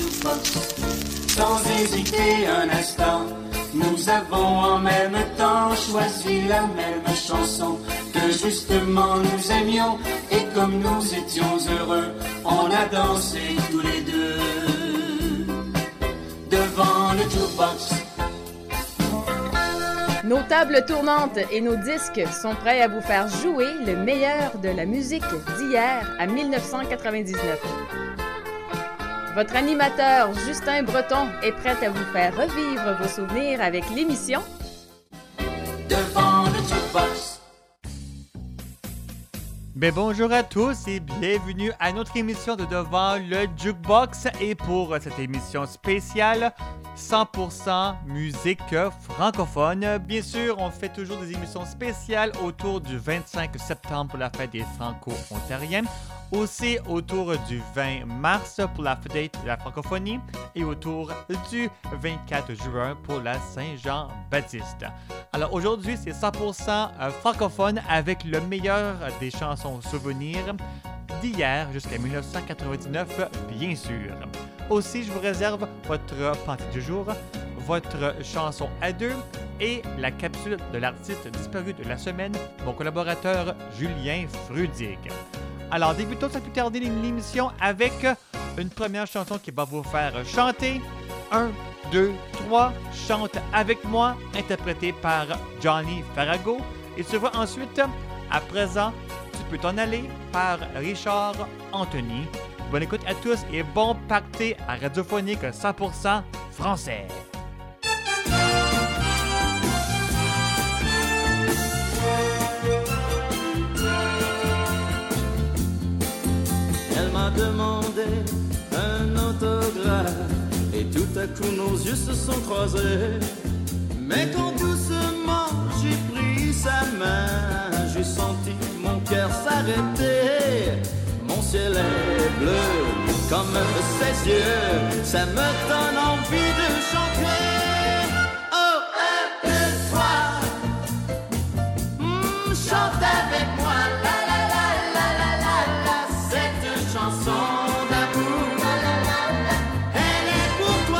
jukebox. Sans hésiter un instant, nous avons en même temps choisi la même chanson que justement nous aimions. Et comme nous étions heureux, on a dansé tous les deux devant le jukebox. Nos tables tournantes et nos disques sont prêts à vous faire jouer le meilleur de la musique d'hier à 1999. Votre animateur Justin Breton est prêt à vous faire revivre vos souvenirs avec l'émission Devant le jukebox. Ben bonjour à tous et bienvenue à notre émission de Devant le Jukebox. Et pour cette émission spéciale, 100% musique francophone. Bien sûr, on fait toujours des émissions spéciales autour du 25 septembre pour la fête des Franco-Ontariens. Aussi autour du 20 mars pour la fête de la francophonie et autour du 24 juin pour la Saint-Jean-Baptiste. Alors aujourd'hui, c'est 100% francophone avec le meilleur des chansons souvenirs d'hier jusqu'à 1999, bien sûr. Aussi, je vous réserve votre pensée du jour, votre chanson à deux et la capsule de l'artiste disparu de la semaine, mon collaborateur Julien Frudig. Alors, débutons sans plus tarder l'émission avec une première chanson qui va vous faire chanter. 1, 2, 3, chante avec moi, interprétée par Johnny Farago. Et tu vois ensuite, à présent, tu peux t'en aller par Richard Anthony. Bonne écoute à tous et bon party à Radiophonique 100% français. Elle m'a demandé un autographe et tout à coup nos yeux se sont croisés. Mais quand doucement j'ai pris sa main, j'ai senti mon cœur s'arrêter. Mon ciel est bleu comme ses yeux, ça me donne envie de chanter. Oh, un, deux, trois, chante avec moi, la la la la la la la, cette chanson d'amour, la la la la, elle est pour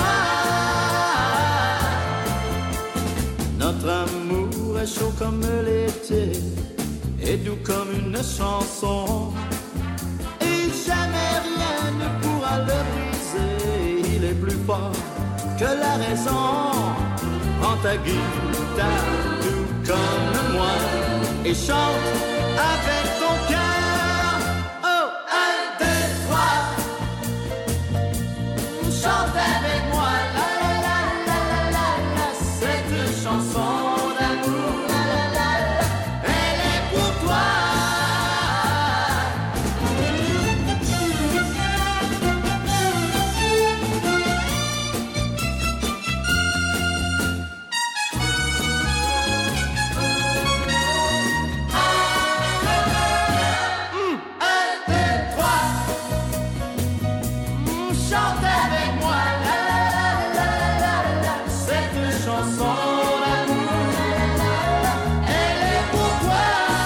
toi. Notre amour est chaud comme l'été et doux comme une chanson. Jamais rien ne pourra le briser, il est plus fort que la raison. Prends ta guitare tout comme moi et chante avec ton cœur. Oh, un, deux, trois, chante avec moi, la la la la la la, cette chanson d'amour, la la la la, elle est pour toi. Chante avec moi, la la la la la la, cette chanson d'amour, elle est pour toi.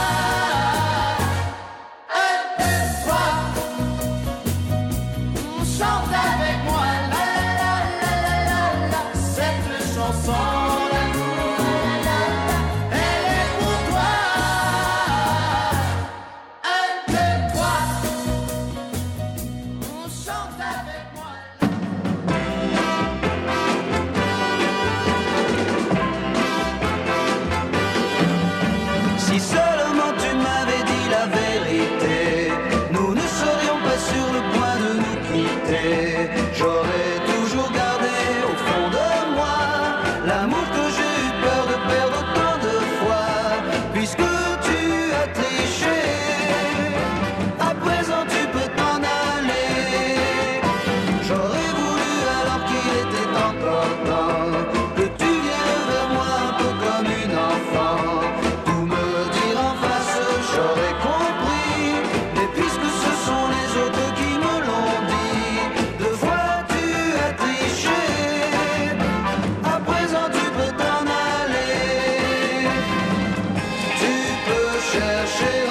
Un, deux, trois, chante avec moi, la la la la la, cette chanson d'amour, elle est pour toi. Un, deux, trois, chante avec moi. Si seulement tu m'avais dit la vérité, nous ne serions pas sur le point de nous quitter. J'aurais toujours gardé au fond de moi l'amour que j'ai eu peur de perdre autant de fois. Puisque tu as triché, à présent tu peux t'en aller. J'aurais voulu alors qu'il était encore temps que tu viennes vers moi un peu comme une enfant. J'aurais compris, mais puisque ce sont les autres qui me l'ont dit, deux fois tu as triché, à présent tu peux t'en aller. Tu peux chercher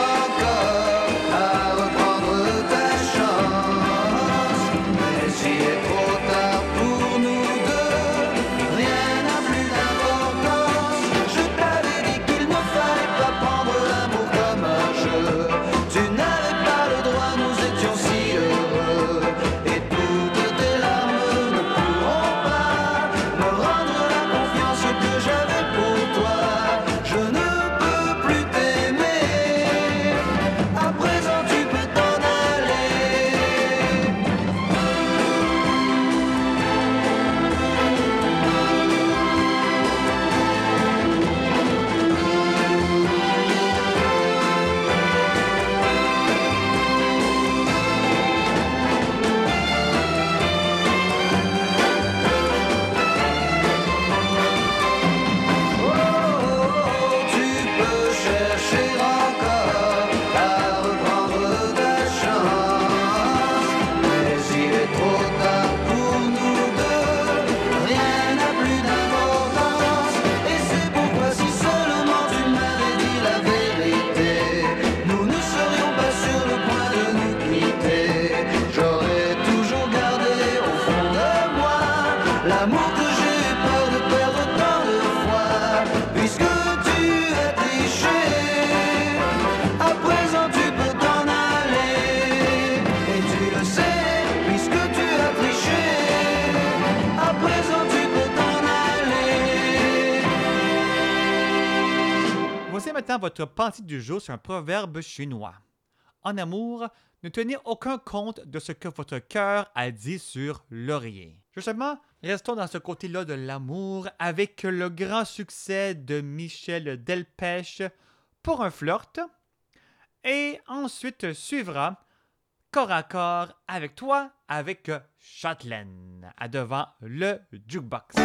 maintenant votre pensée du jour sur un proverbe chinois. En amour, ne tenez aucun compte de ce que votre cœur a dit sur l'oreiller. Justement, restons dans ce côté-là de l'amour avec le grand succès de Michel Delpech pour un flirt. Et ensuite suivra Corps à corps avec toi avec Châtelaine à devant le jukebox.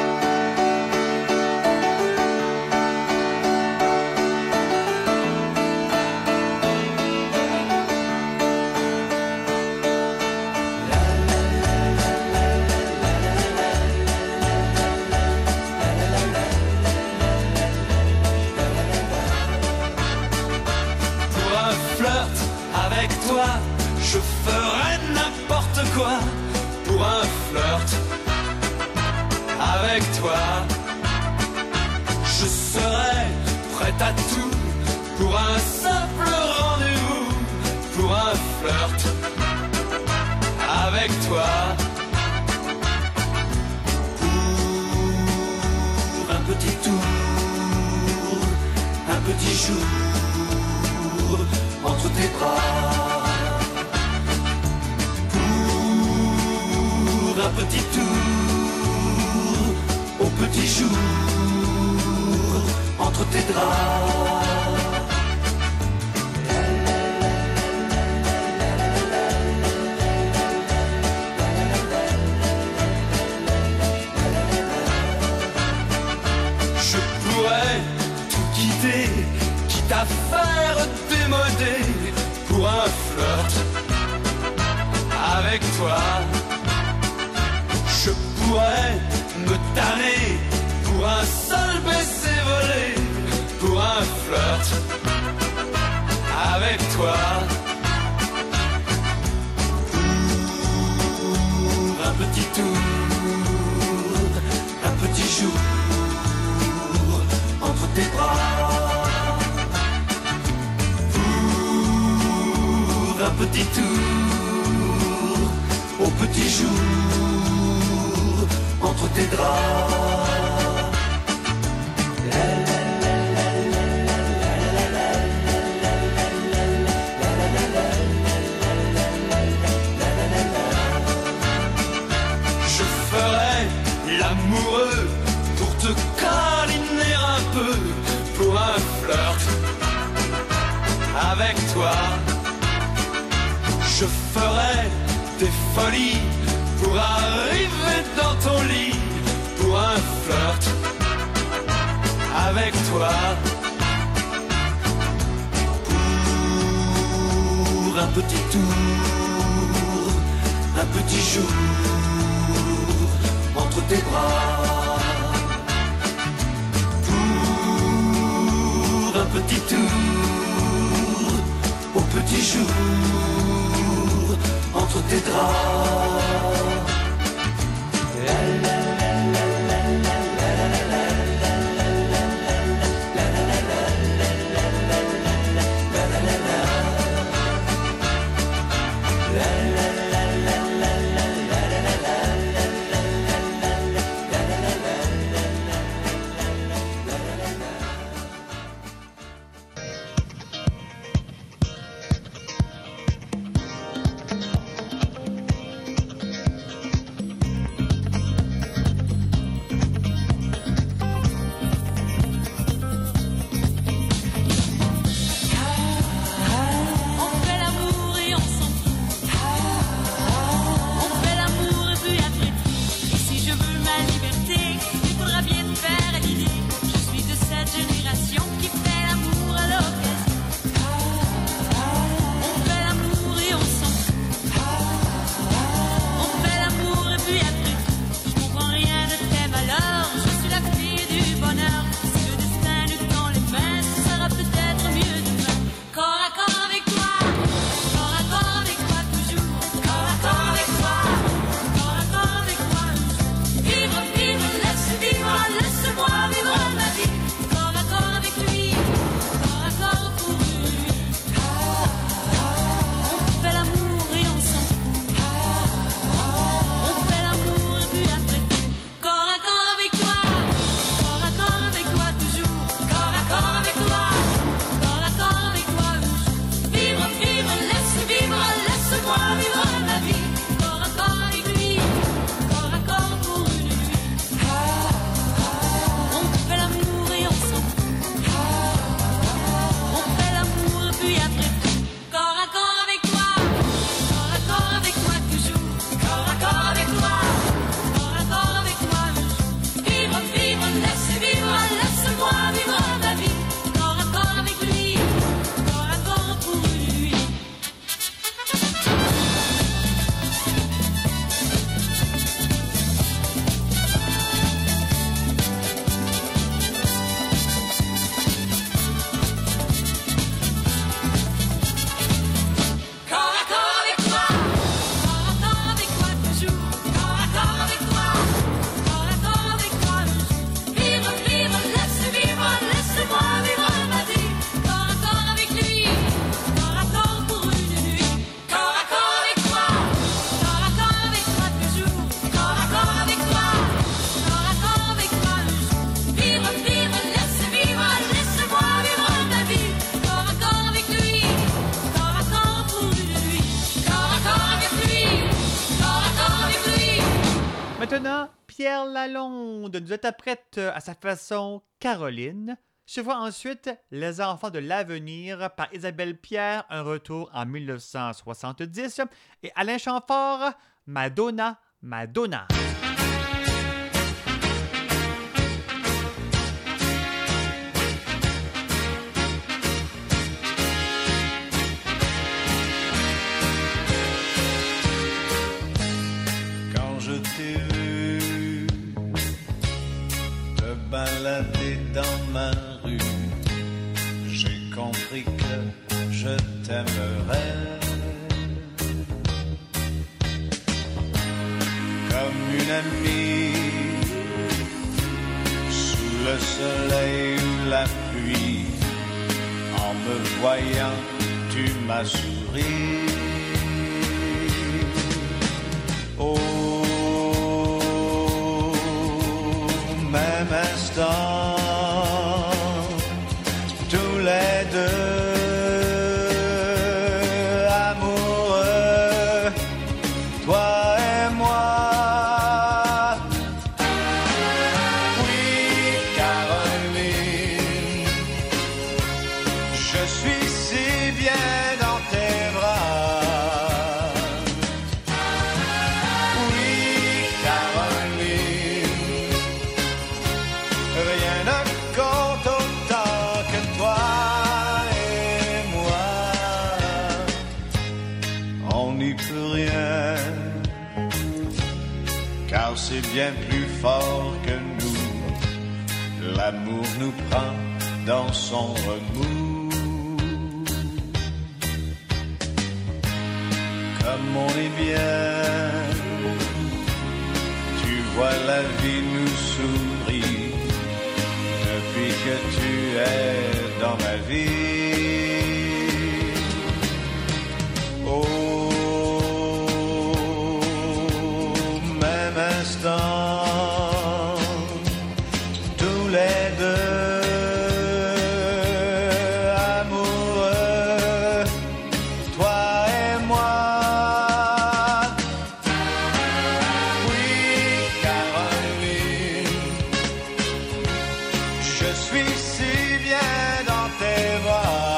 Je ferai n'importe quoi pour un flirt avec toi. Je serai prêt à tout pour un simple rendez-vous, pour un flirt avec toi. Pour un petit tour, un petit jour entre tes bras. Un petit tour au petit jour entre tes draps. Je pourrais tout quitter, quitte à faire démoder pour un flirt avec toi. Je pourrais me tanner pour un seul baiser volé, pour un flirt avec toi. Pour un petit tour, un petit jour entre tes bras. Pour un petit tour, au petit jour entre tes draps. Je ferai l'amoureux pour te câliner un peu, pour un flirt avec toi. Je ferai des folies pour arriver dans ton lit, pour un flirt avec toi. Pour un petit tour, un petit jour entre tes bras. Pour un petit tour, au petit jour entre tes draps. Maintenant, Pierre Lalonde nous interprète à sa façon Caroline. Suivra ensuite Les Enfants de l'avenir par Isabelle Pierre, un retour en 1970. Et Alain Chamfort, Madonna, Madonna. Balader dans ma rue, j'ai compris que je t'aimerais comme une amie sous le soleil ou la pluie. En me voyant, tu m'as souri. Oh, même instant, tous les deux amoureux, toi et moi. Oui, Caroline, je suis si bien dans tes bras. Oui, Caroline, rien ne compte autant que toi et moi. On n'y peut rien, car c'est bien plus fort que nous. L'amour nous prend dans son remous. Comme on est bien, tu vois la vie nous sourit. Depuis que tu es dans ma vie, oh, même instant, tous les deux amoureux, toi et moi. Oui, Caroline, je suis si bien dans tes bras.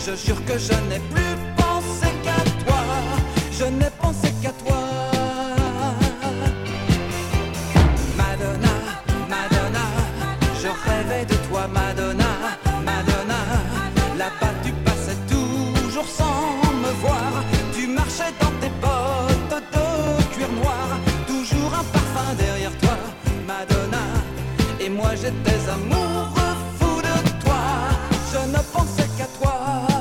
je jure que je n'ai plus pensé qu'à toi. Je n'ai pensé qu'à toi. Madonna, Madonna, je rêvais de toi, Madonna, Madonna. Là-bas tu passais toujours sans me voir. Tu marchais dans tes bottes de cuir noir. Toujours un parfum derrière toi, Madonna. Et moi j'étais amoureux fou de toi. Je ne pensais qu'à toi.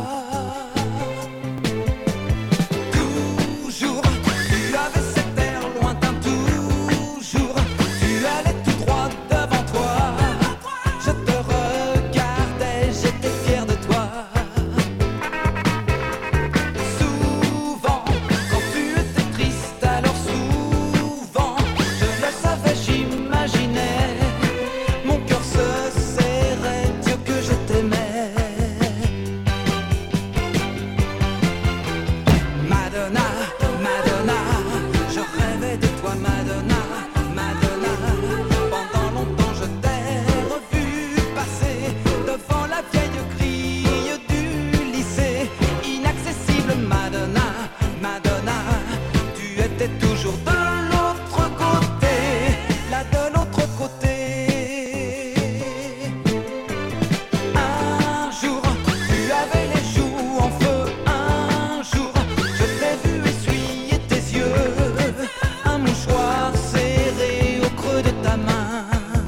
Toujours, tu avais cet air lointain. Toujours, tu allais tout droit devant toi. Je te regardais, j'étais fier de toi. Souvent, quand tu étais triste, alors souvent, je le savais, j'imaginais. Mon cœur se serrait, Dieu que je t'aimais. Madonna, Madonna, je rêvais de toi, Madonna, Madonna. Pendant longtemps je t'ai revu passer devant la vieille grille du lycée. Inaccessible, Madonna, Madonna. Tu étais toujours de l'autre côté, là de l'autre côté. Un jour, tu avais les joues en feu. Un jour, je t'ai vu essuyer tes yeux. Un mouchoir serré au creux de ta main.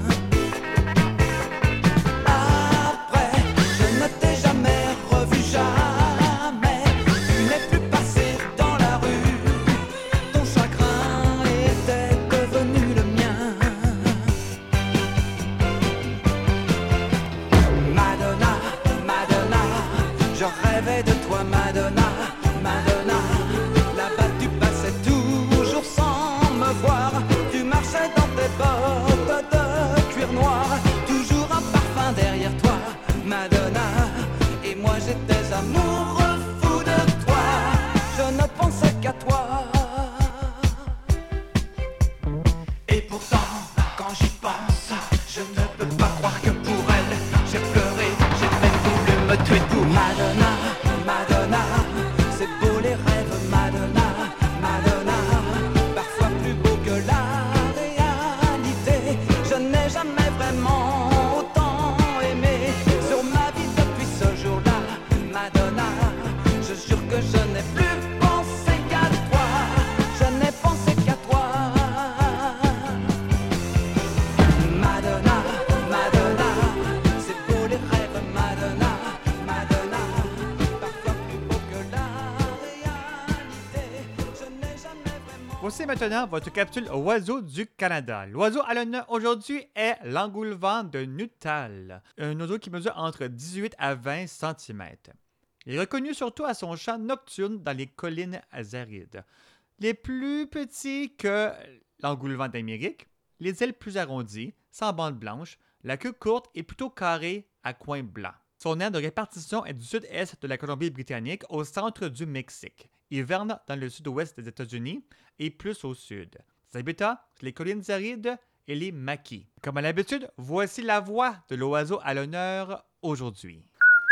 Après, je ne t'ai jamais revu, jamais. Tu n'es plus passé dans la rue. Ton chagrin était devenu le mien. Madonna, Madonna, je rêvais de toi, Madonna, Madonna. Là-bas tu passais toujours sans me voir. Tu marchais dans tes bottes de cuir noir. Toujours un parfum derrière toi, Madonna. Et moi j'étais amoureux fou de toi. Je ne pensais qu'à toi. Et pourtant, quand j'y pense, je ne peux pas croire que pour elle, j'ai pleuré, j'ai même voulu me tuer pour Madonna, Madonna. C'est beau les rêves, Madonna, Madonna. Parfois plus beau que la réalité. Je n'ai jamais vraiment autant aimé sur ma vie depuis ce jour-là, Madonna. Je jure que je n'ai plus pensé qu'à toi. Je n'ai pensé qu'à toi. Madonna, Madonna, c'est beau les rêves, Madonna, Madonna. Parfois plus beau que la réalité. Je n'ai jamais vraiment. Voici maintenant votre capsule Oiseau du Canada. L'oiseau à l'honneur aujourd'hui est l'engoulevent de Nuttall, un oiseau qui mesure entre 18 à 20 cm. Il est reconnu surtout à son chant nocturne dans les collines arides. Les plus petits que l'engoulevent d'Amérique, les ailes plus arrondies, sans bande blanche, la queue courte et plutôt carrée à coins blancs. Son aire de répartition est du sud-est de la Colombie-Britannique au centre du Mexique. Il hiverne dans le sud-ouest des États-Unis et plus au sud. Ses habitats, les collines arides et les maquis. Comme à l'habitude, voici la voix de l'oiseau à l'honneur aujourd'hui.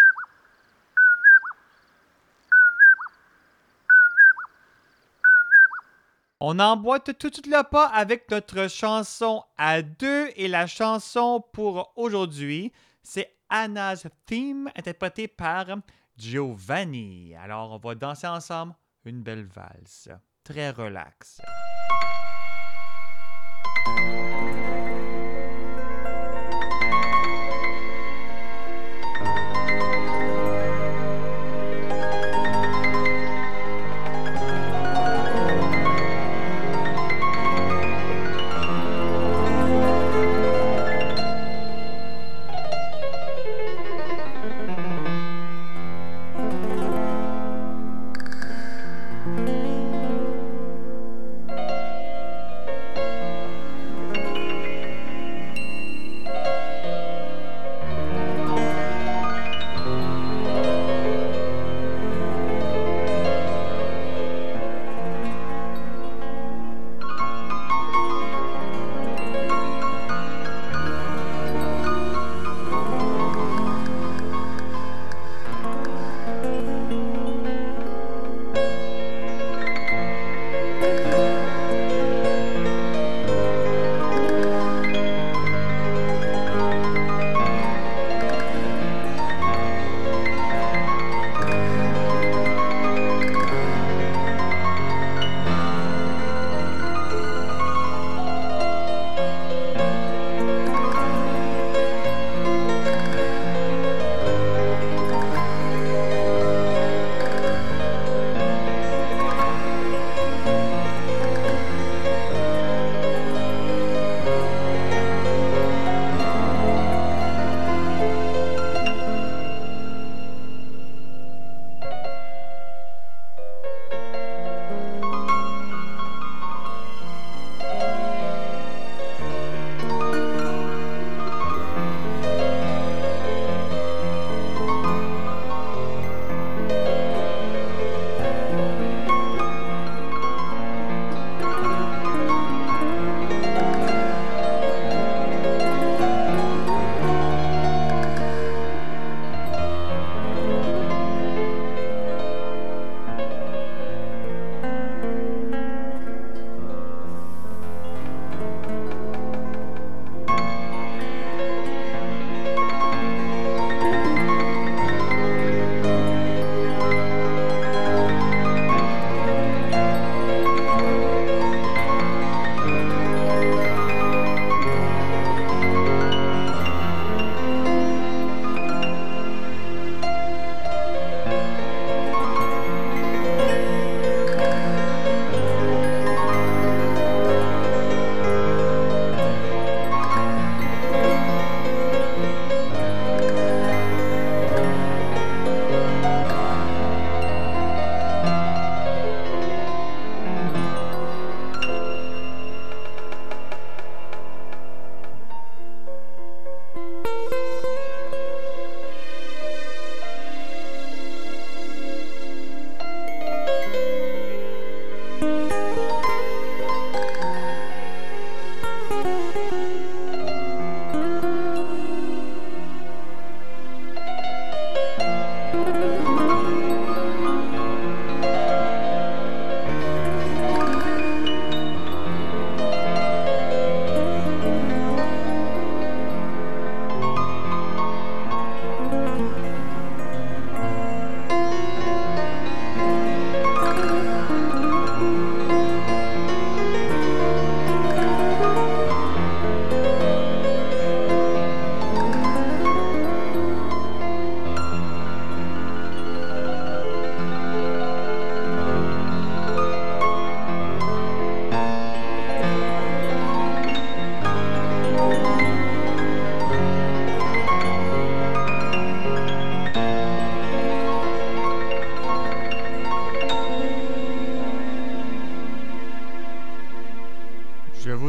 On emboîte tout de suite le pas avec notre chanson à deux et la chanson pour aujourd'hui, c'est Anna's Theme, interprétée par Giovanni. Alors, on va danser ensemble une belle valse, très relax.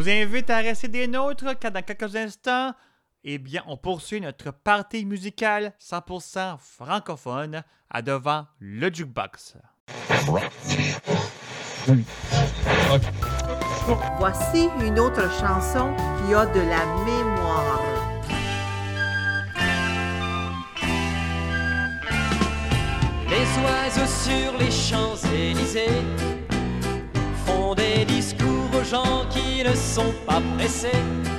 invite à rester des nôtres car dans quelques instants, eh bien, on poursuit notre partie musicale 100% francophone à devant le jukebox. Voici une autre chanson qui a de la mémoire. Les oiseaux sur les Champs-Élysées font des discours aux gens qui ne sont pas pressés.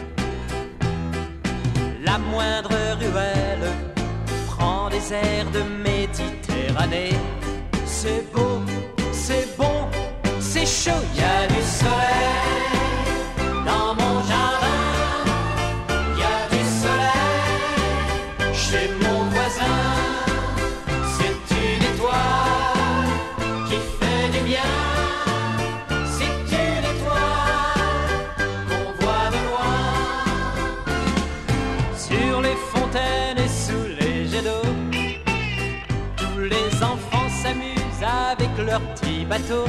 La moindre ruelle prend des airs de Méditerranée. C'est beau, c'est bon, c'est chaud, y a du soleil dans mon jardin, y a du soleil chez mon voisin. C'est une étoile qui fait du bien, c'est une étoile qu'on voit de loin. Sur les fontaines et sous les jets d'eau, tous les enfants s'amusent avec leurs petits bateaux.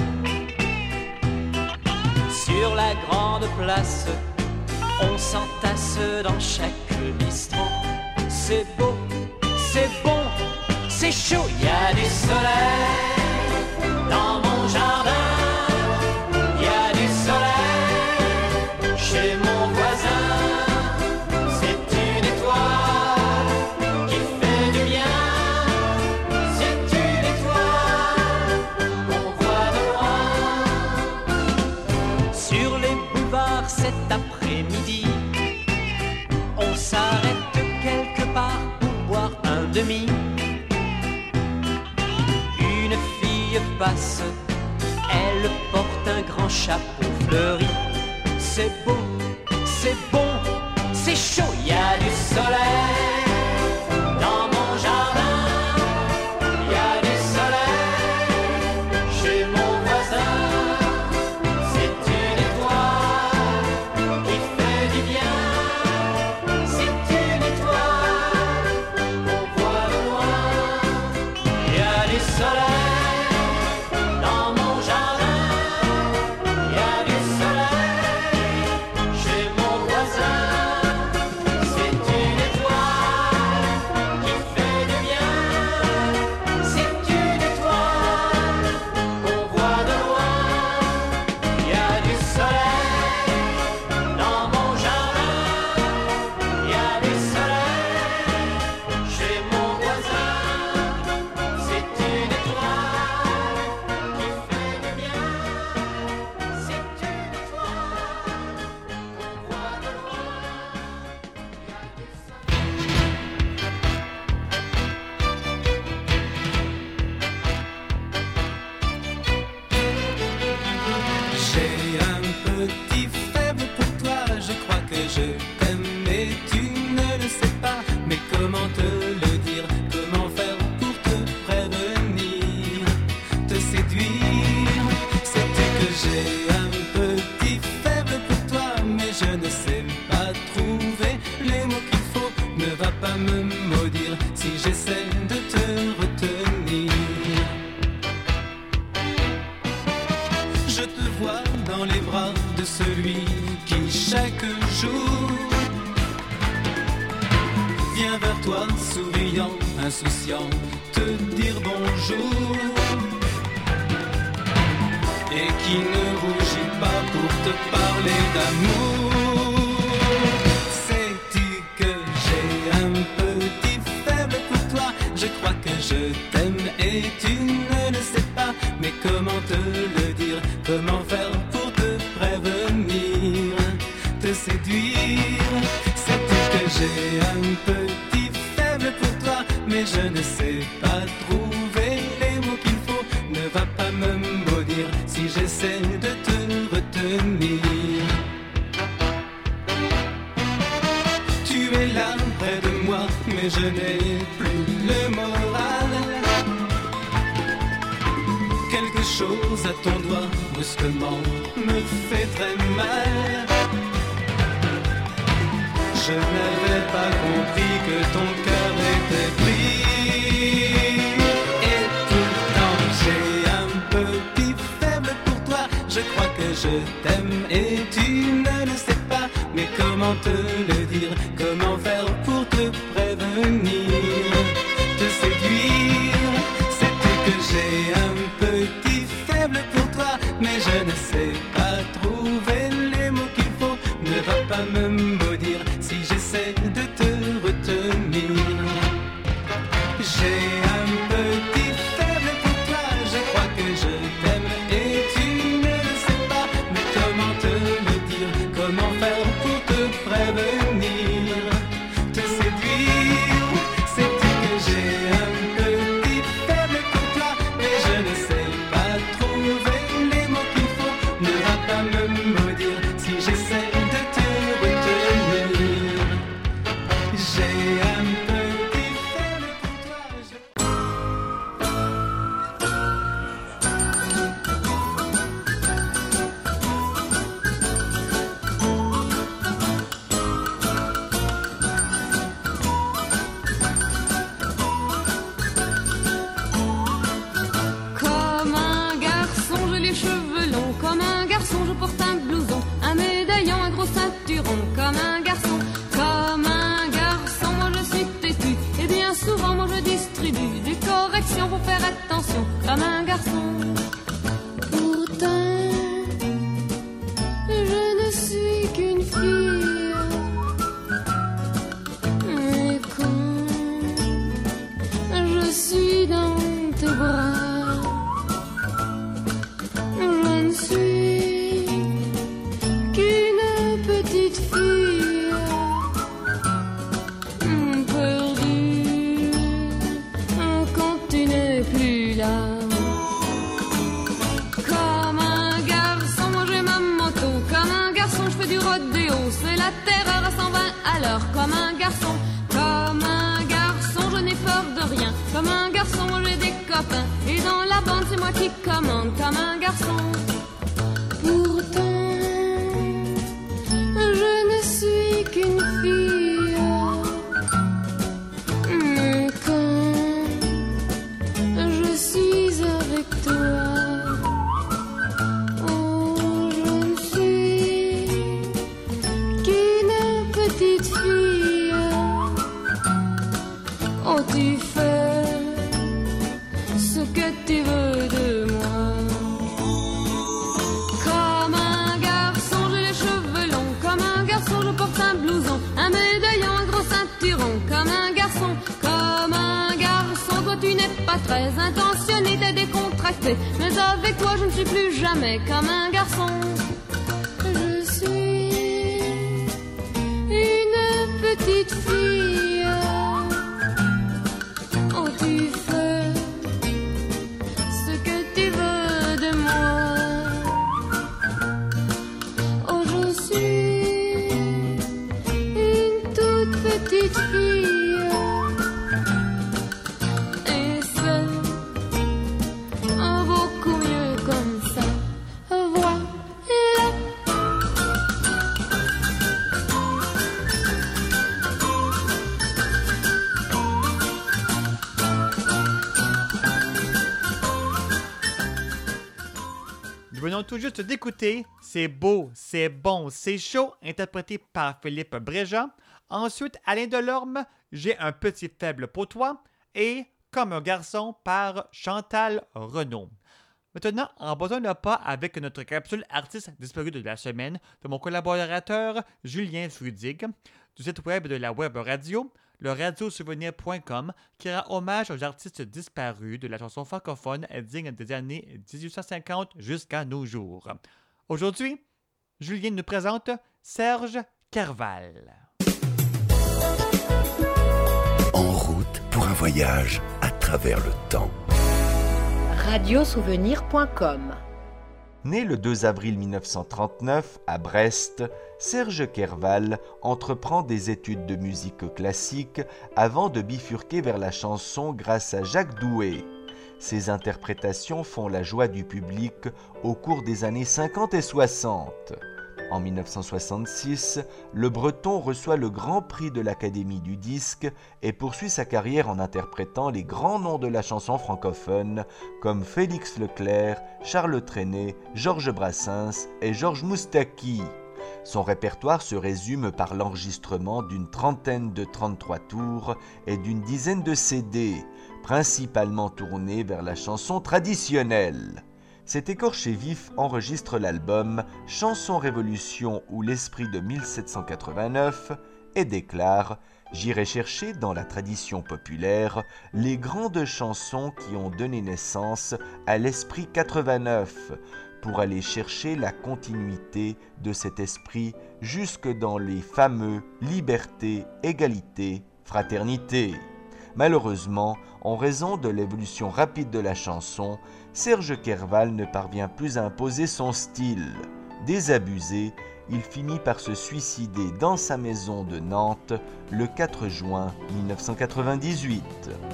Sur la grande place, on s'entasse dans chaque bistrot. C'est beau, c'est bon, c'est chaud, y a du soleil dans mon jardin, y a du soleil chez mon voisin. C'est une étoile qui fait du bien, c'est une étoile qu'on voit de loin. Sur les boulevards cet après-midi, on s'arrête quelque part pour boire un demi. Une fille passe, elle porte un grand chapeau fleuri. C'est beau, c'est bon, c'est chaud, y a du soleil dans mon jardin, y a du soleil chez mon voisin. C'est une étoile qui fait du bien, c'est une étoile qu'on voit de loin. Y a du soleil dans mon jardin, y a du soleil chez mon voisin. C'est une étoile qui fait du bien, c'est une étoile qu'on voit de loin. Y a du soleil dans mon jardin, y a du soleil chez mon voisin. C'est une étoile qui fait du bien, c'est une étoile qu'on voit de loin. J'ai un petit faible pour toi, je crois que je t'aime mais tu ne le sais pas. Mais comment te le dire, comment faire pour te prévenir, te séduire? Sais-tu que j'ai un petit faible pour toi, mais je ne sais pas trouver les mots qu'il faut. Ne va pas me maudire si j'essaie de te retenir. Je te vois dans les bras de celui qui chaque jour vient vers toi souriant, insouciant, te dire bonjour, et qui ne rougit pas pour te parler d'amour. Sais-tu que j'ai un petit faible pour toi? Je crois que je t'aime et tu ne le sais pas. Mais comment te le dire, comment faire pour te prévenir, te séduire? Sais-tu que j'ai un petit faible pour toi, mais je ne sais pas trouver les mots qu'il faut. Ne va pas me maudire si j'essaie de te retenir. Tu es là près de moi, mais je n'ai plus le moral. Quelque chose à ton doigt brusquement me fait très mal. Je n'avais pas compris que ton cœur était pris. Et pourtant j'ai un petit faible pour toi. Je crois que je t'aime et tu ne le sais mais comment te le dire? Comment faire pour te prévenir? Te séduire, sais-tu que j'ai un petit faible pour toi? Mais je ne sais pas trouver les mots qu'il faut. Ne va pas me maudire si j'essaie de te retenir. J'ai un petit faible pour toi, je crois que je t'aime et tu ne le sais pas. Mais comment te le dire? Comment faire pour te prévenir? Te séduire, sais-tu que j'ai un petit faible pour toi? Mais je ne sais pas trouver les mots qu'il faut. Ne va pas me maudire si j'essaie de te retenir. J'ai un petit faible pour toi. Comme un garçon, j'ai les cheveux longs. Comme un garçon, je porte un blouson, un médaillon, un gros ceinturon. Comme un garçon, moi je suis têtu. Et bien souvent, moi je distribue des corrections pour faire attention. Comme un garçon. Pourtant, je ne suis qu'une fille. Et quand je suis dans tes bras, je ne suis qu'une petite fille perdue quand tu n'es plus là. Comme un garçon, moi j'ai ma moto. Comme un garçon, je fais du rodéo. C'est la terreur à 120 à l'heure. Comme un garçon, je n'ai peur de rien. Comme un garçon, moi j'ai des copains. Et dans la bande, c'est moi qui commande. Comme un garçon. Pourtant, je ne suis qu'une fille. Mais quand je suis avec toi, oh, je ne suis qu'une petite fille. Oh, tu fais ce que tu veux de moi. Comme un garçon, j'ai les cheveux longs. Comme un garçon, je porte un blouson, un médaillon, un gros ceinturon. Comme un garçon, toi tu n'es pas très intentionné, t'es décontracté. Mais avec toi je ne suis plus jamais comme un garçon. Je suis une petite fille. Oh, tu fais ce que tu veux de moi. Oh, je suis une toute petite fille. Et c'est beaucoup mieux comme ça. Voilà. Nous venons tout juste d'écouter C'est beau, c'est bon, c'est chaud, interprété par Philippe Bréjean. Ensuite, Alain Delorme, J'ai un petit faible pour toi. Et Comme un garçon par Chantal Renaud. Maintenant, embarquons le pas avec notre capsule artiste disparu de la semaine de mon collaborateur Julien Frudig du site web de la web radio, le radiosouvenir.com, qui rend hommage aux artistes disparus de la chanson francophone digne des années 1850 jusqu'à nos jours. Aujourd'hui, Julien nous présente Serge Kerval. En route pour un voyage à travers le temps. Radiosouvenir.com. Né le 2 avril 1939 à Brest, Serge Kerval entreprend des études de musique classique avant de bifurquer vers la chanson grâce à Jacques Doué. Ses interprétations font la joie du public au cours des années 50 et 60. En 1966, le Breton reçoit le Grand Prix de l'Académie du disque et poursuit sa carrière en interprétant les grands noms de la chanson francophone comme Félix Leclerc, Charles Trenet, Georges Brassens et Georges Moustaki. Son répertoire se résume par l'enregistrement d'une trentaine de 33 tours et d'une dizaine de CD, principalement tournés vers la chanson traditionnelle. Cet écorché vif enregistre l'album Chanson Révolution ou l'Esprit de 1789 et déclare « J'irai chercher dans la tradition populaire les grandes chansons qui ont donné naissance à l'Esprit 89 pour aller chercher la continuité de cet esprit jusque dans les fameux liberté, égalité, fraternité ». Malheureusement, en raison de l'évolution rapide de la chanson, Serge Kerval ne parvient plus à imposer son style. Désabusé, il finit par se suicider dans sa maison de Nantes le 4 juin 1998.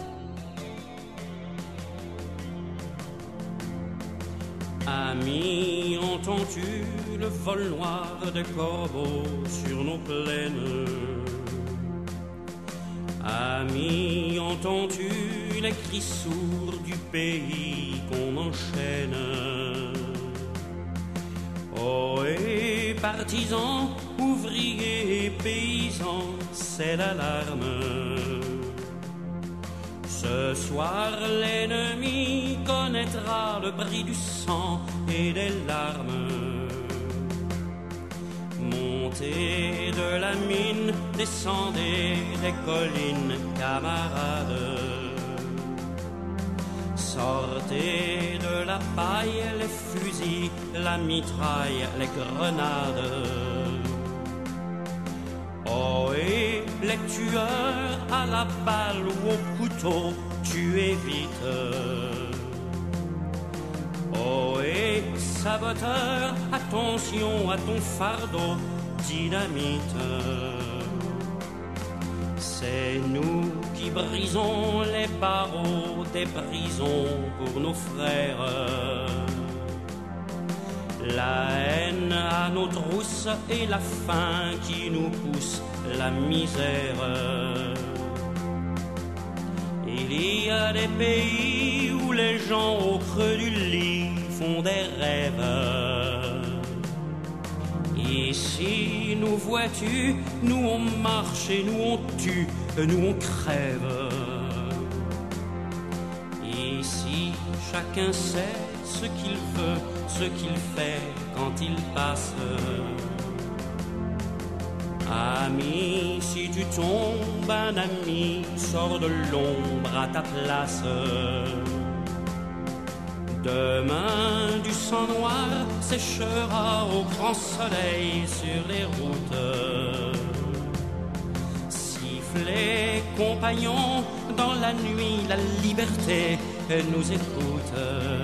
Amis, entends-tu le vol noir des corbeaux sur nos plaines? Amis, entends-tu les cris sourds du pays qu'on enchaîne? Oh, et partisans, ouvriers, paysans, c'est l'alarme. Ce soir, l'ennemi connaîtra le prix du sang et des larmes. Montez de la mine, descendez des collines, camarades. Sortez de la paille, les fusils, la mitraille, les grenades. Oh, et les tueurs à la balle ou au couteau, tuez vite. Oh, et saboteur, attention à ton fardeau, dynamite. C'est nous qui brisons les barreaux des prisons pour nos frères. La haine à nos trousses et la faim qui nous pousse, la misère. Il y a des pays où les gens au creux du lit font des rêves. Ici, nous vois-tu, nous on marche et nous on tue, nous on crève. Ici, chacun sait ce qu'il veut, ce qu'il fait quand il passe. Ami, si tu tombes, un ami sort de l'ombre à ta place. Demain, du sang noir séchera au grand soleil sur les routes. Sifflez, compagnons, dans la nuit, la liberté nous écoute.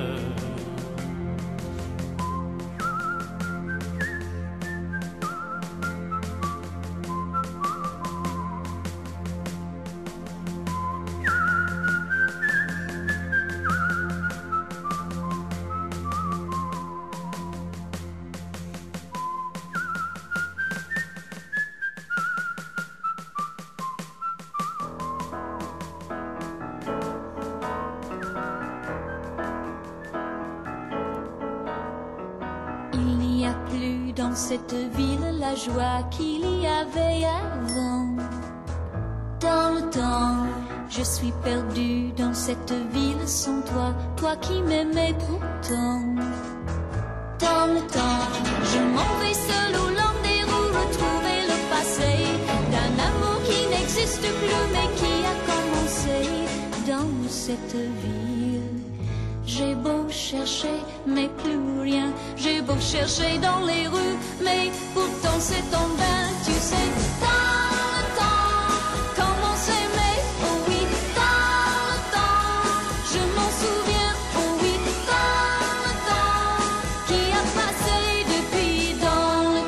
Dans cette ville, la joie qu'il y avait avant. Dans le temps, je suis perdue dans cette ville sans toi, toi qui m'aimais pourtant. Dans le temps, je m'en vais seule au long des roues, retrouver le passé d'un amour qui n'existe plus mais qui a commencé dans cette ville. J'ai beau chercher, mais plus rien. J'ai beau chercher dans les rues, mais pourtant c'est en vain. Tu sais, dans le temps, comment s'aimer, oh oui, dans le temps, je m'en souviens, oh oui, dans le temps, qui a passé depuis dans le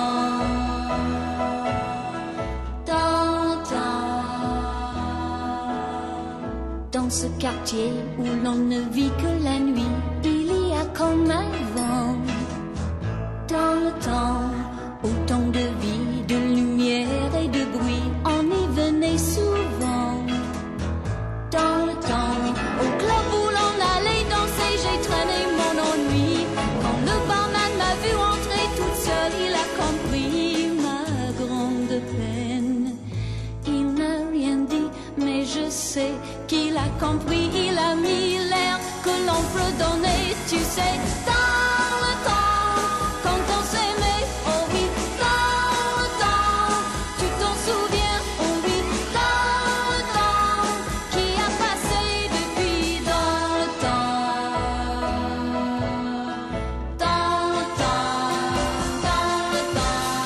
temps. Dans ce quartier où l'on ne vit que la nuit, il y a comme avant. Dans le temps, autant de vie, de lumière et de bruit, on y venait souvent. Dans le temps, au club où l'on allait danser, j'ai traîné mon ennui. Quand le barman m'a vu entrer toute seule, il a compris fredonner, tu sais, dans le temps, quand on s'aimait, oh oui, dans le temps, tu t'en souviens, oh oui, dans le temps, qui a passé depuis dans le temps, dans le temps, dans le temps.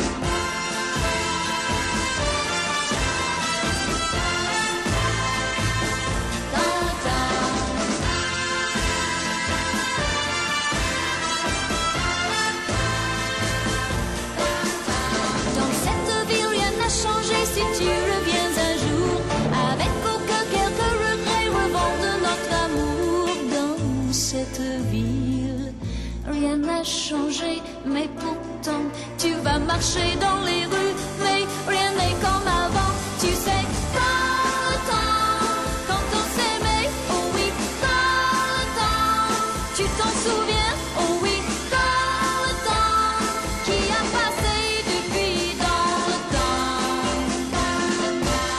Dans cette ville, rien n'a changé si tu reviens un jour. Avec aucun quelques regrets revend de notre amour. Dans cette ville, rien n'a changé, mais pourtant tu vas marcher dans les rues, mais rien n'est comme avant. Tu sais, dans le temps, quand on s'aimait, oh oui, dans le temps, tu t'en souviens, oh oui, dans le temps, qui a passé depuis dans le temps, dans le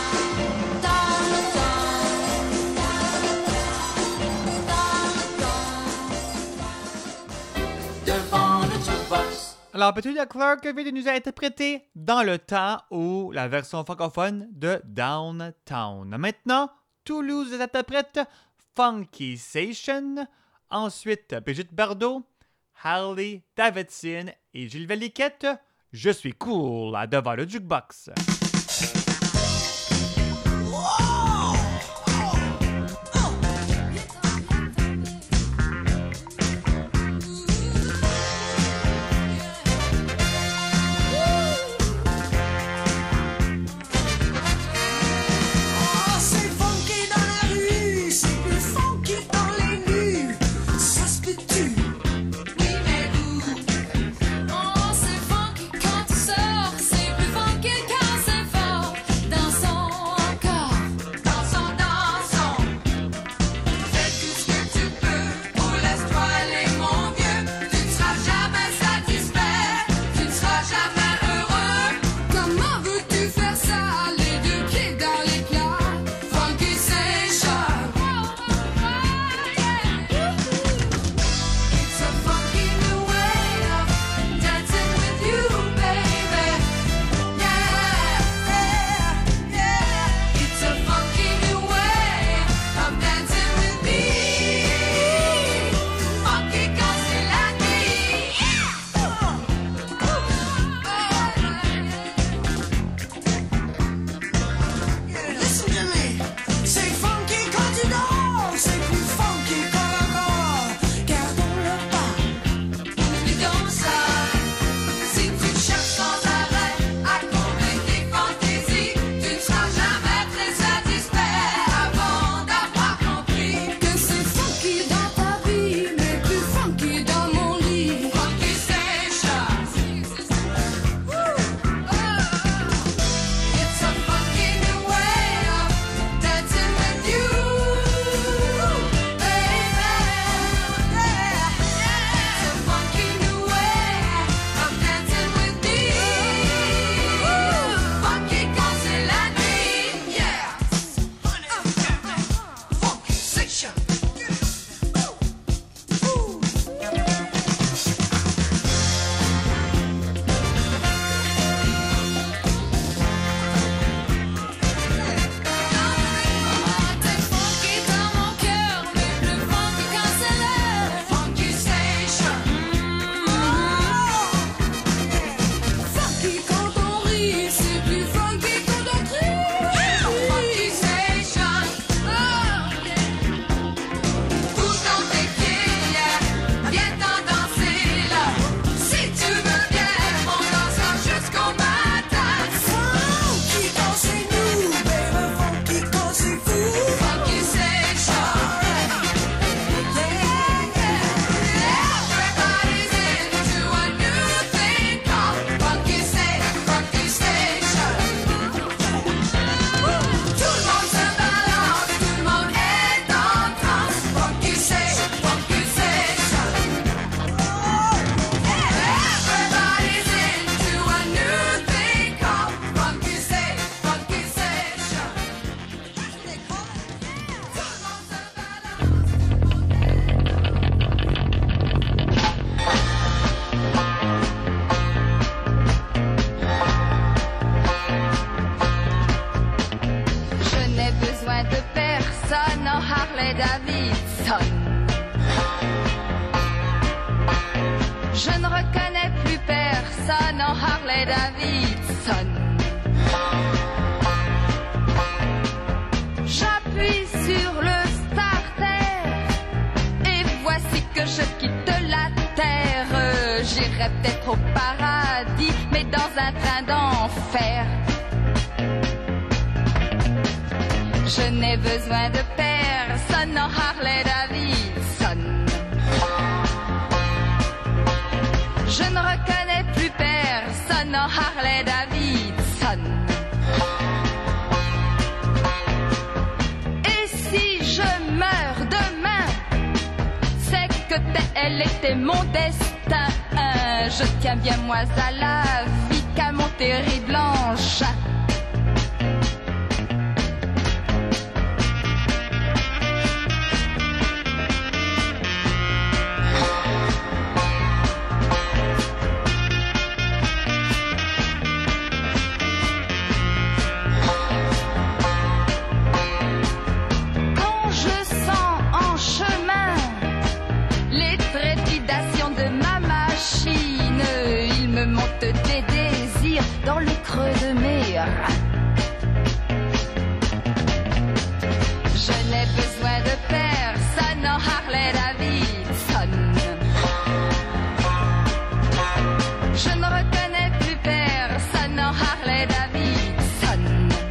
temps, Devant le jukebox, Alors, Petunia Clark vient de nous interpréter Dans le temps ou la version francophone de Downtown. Maintenant, Toulouse interprète Funky Station. Ensuite, Brigitte Bardot, Harley Davidson et Gilles Valiquette. Je suis cool devant le jukebox. Oh, c'est funky dans la rue, c'est plus funky dans les nues. Ça se peut-tu? Oui, mais où? Oh, c'est funky quand tu sors, c'est plus funky quand c'est fort. Dansons encore, dansons, dansons. Fais tout ce que tu peux, oh laisse-toi aller mon vieux. Tu ne seras jamais satisfait, tu ne seras jamais heureux. Comment veux-tu faire ça, les deux pieds dans les plats? Funky Station. It's a funky new way of dancing with you, baby. Yeah, yeah, yeah. It's a funky new way of dancing with me. Funky quand c'est la nuit. Listen to me. C'est funky quand tu danses, c'est plus funky qu'encore. Gardons le pas, oublions ça. Si tu cherches sans arrêt à combler tes fantaisies, tu ne seras jamais très satisfait avant d'avoir compris que c'est funky dans ta vie, mais plus funky dans mon lit. Funky Station. It's a funky new way of dancing with you, baby. It's a funky new way of dancing with me. Funky quand c'est la nuit, yeah. Funky Station. T'es funky dans mon cœur, mais plus funky quand c'est l'heure. Funky Station. Funky quand on rit, c'est plus funky quand on crie. Funky Station. Bouge dans tes pieds, yeah. Viens t'en danser là. Si tu veux bien, on dansera jusqu'au matin. Funky quand c'est nous, baby. Funky quand c'est fou. Funky Station. Everybody's into a new thing called Funky Station. Je ne reconnais plus personne en Harley Davidson. J'appuie sur le starter et voici que je quitte la terre. J'irai peut-être au paradis, mais dans un train d'enfer. Je n'ai besoin de personne en Harley Davidson. Je ne reconnais plus personne en Harley Davidson. Et si je meurs demain, c'est que tel était mon destin. Je tiens bien moi à la vie qu'à mon terrible engin. Des désirs dans le creux de mes reins. Je n'ai besoin de personne en Harley Davidson. Je ne reconnais plus personne en Harley Davidson.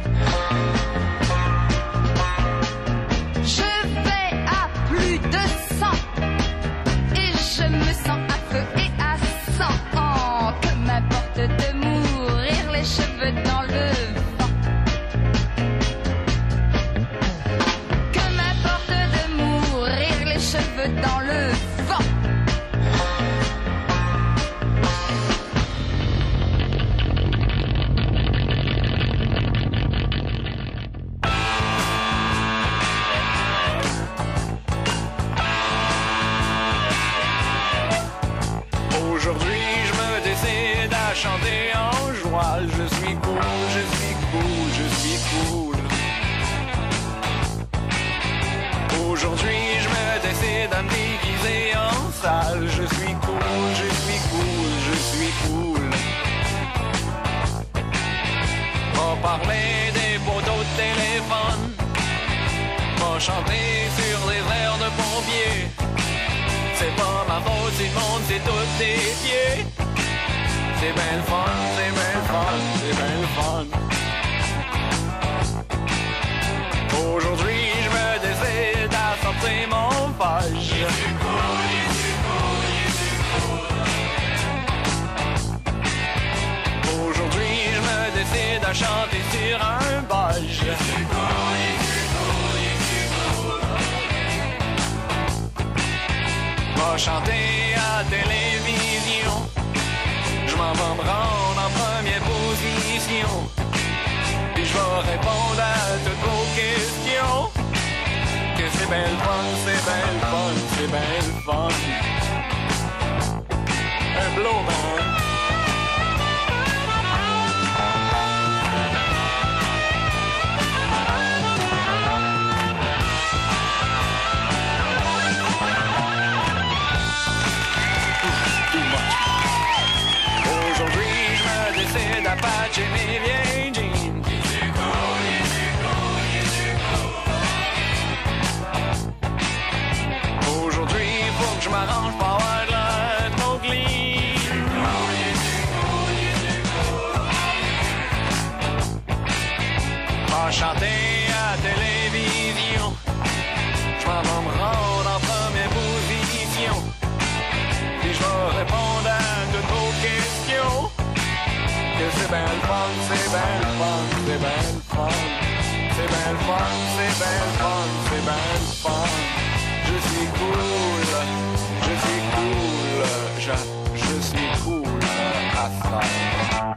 Je vais à plus de 100 et je me sens à feu et à sang. De mourir les cheveux dans le vent. Que m'importe de mourir les cheveux dans le vent. Aujourd'hui, je me décide à chanter en joie. Je suis cool, je suis cool, je suis cool. Aujourd'hui, je me décide à me déguiser en sale. Je suis cool, je suis cool, je suis cool. On parlait des poteaux de téléphone. On chanter sur des airs de pompiers. C'est pas ma faute si le monde c'est tous des pieds. C'est ben le fun, c'est ben le fun, c'est ben le fun. Aujourd'hui je me décide à sortir mon page. Aujourd'hui je me décide à chanter sur un bage. Va chanter à télévision. Je m'en vais me rendre en première position. Puis je vais répondre à toutes vos questions. Que c'est belle fun, c'est belle fun, c'est belle fun. Un blow man. À patcher mes vieilles jeans. Aujourd'hui, faut que je m'arrange pour avoir de l'air trop clean. Va chanter à télévision. Je m'en vais me rendre en première position. Puis je vais répondre à toutes vos questions. Que c'est ben le fun, c'est ben le fun, c'est ben le fun. C'est ben le fun, c'est ben le fun, c'est ben le fun. Je suis cool, je suis cool, je suis cool à faire.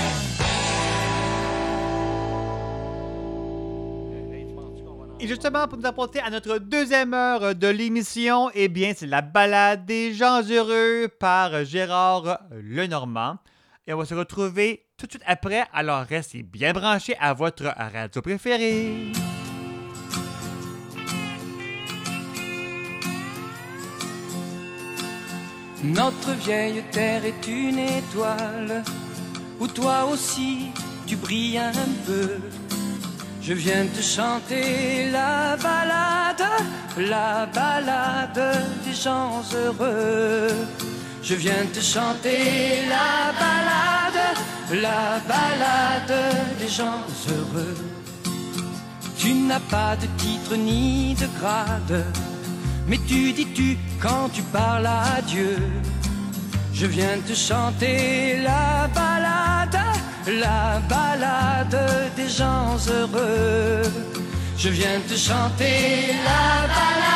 Et justement, pour nous apporter à notre deuxième heure de l'émission, eh bien, c'est la balade des gens heureux par Gérard Lenormand. Et on va se retrouver tout de suite après, alors restez bien branchés à votre radio préférée. Notre vieille terre est une étoile où toi aussi tu brilles un peu. Je viens te chanter la balade des gens heureux. Je viens te chanter la balade des gens heureux. Tu n'as pas de titre ni de grade, mais tu dis tu quand tu parles à Dieu. Je viens te chanter la balade des gens heureux. Je viens te chanter la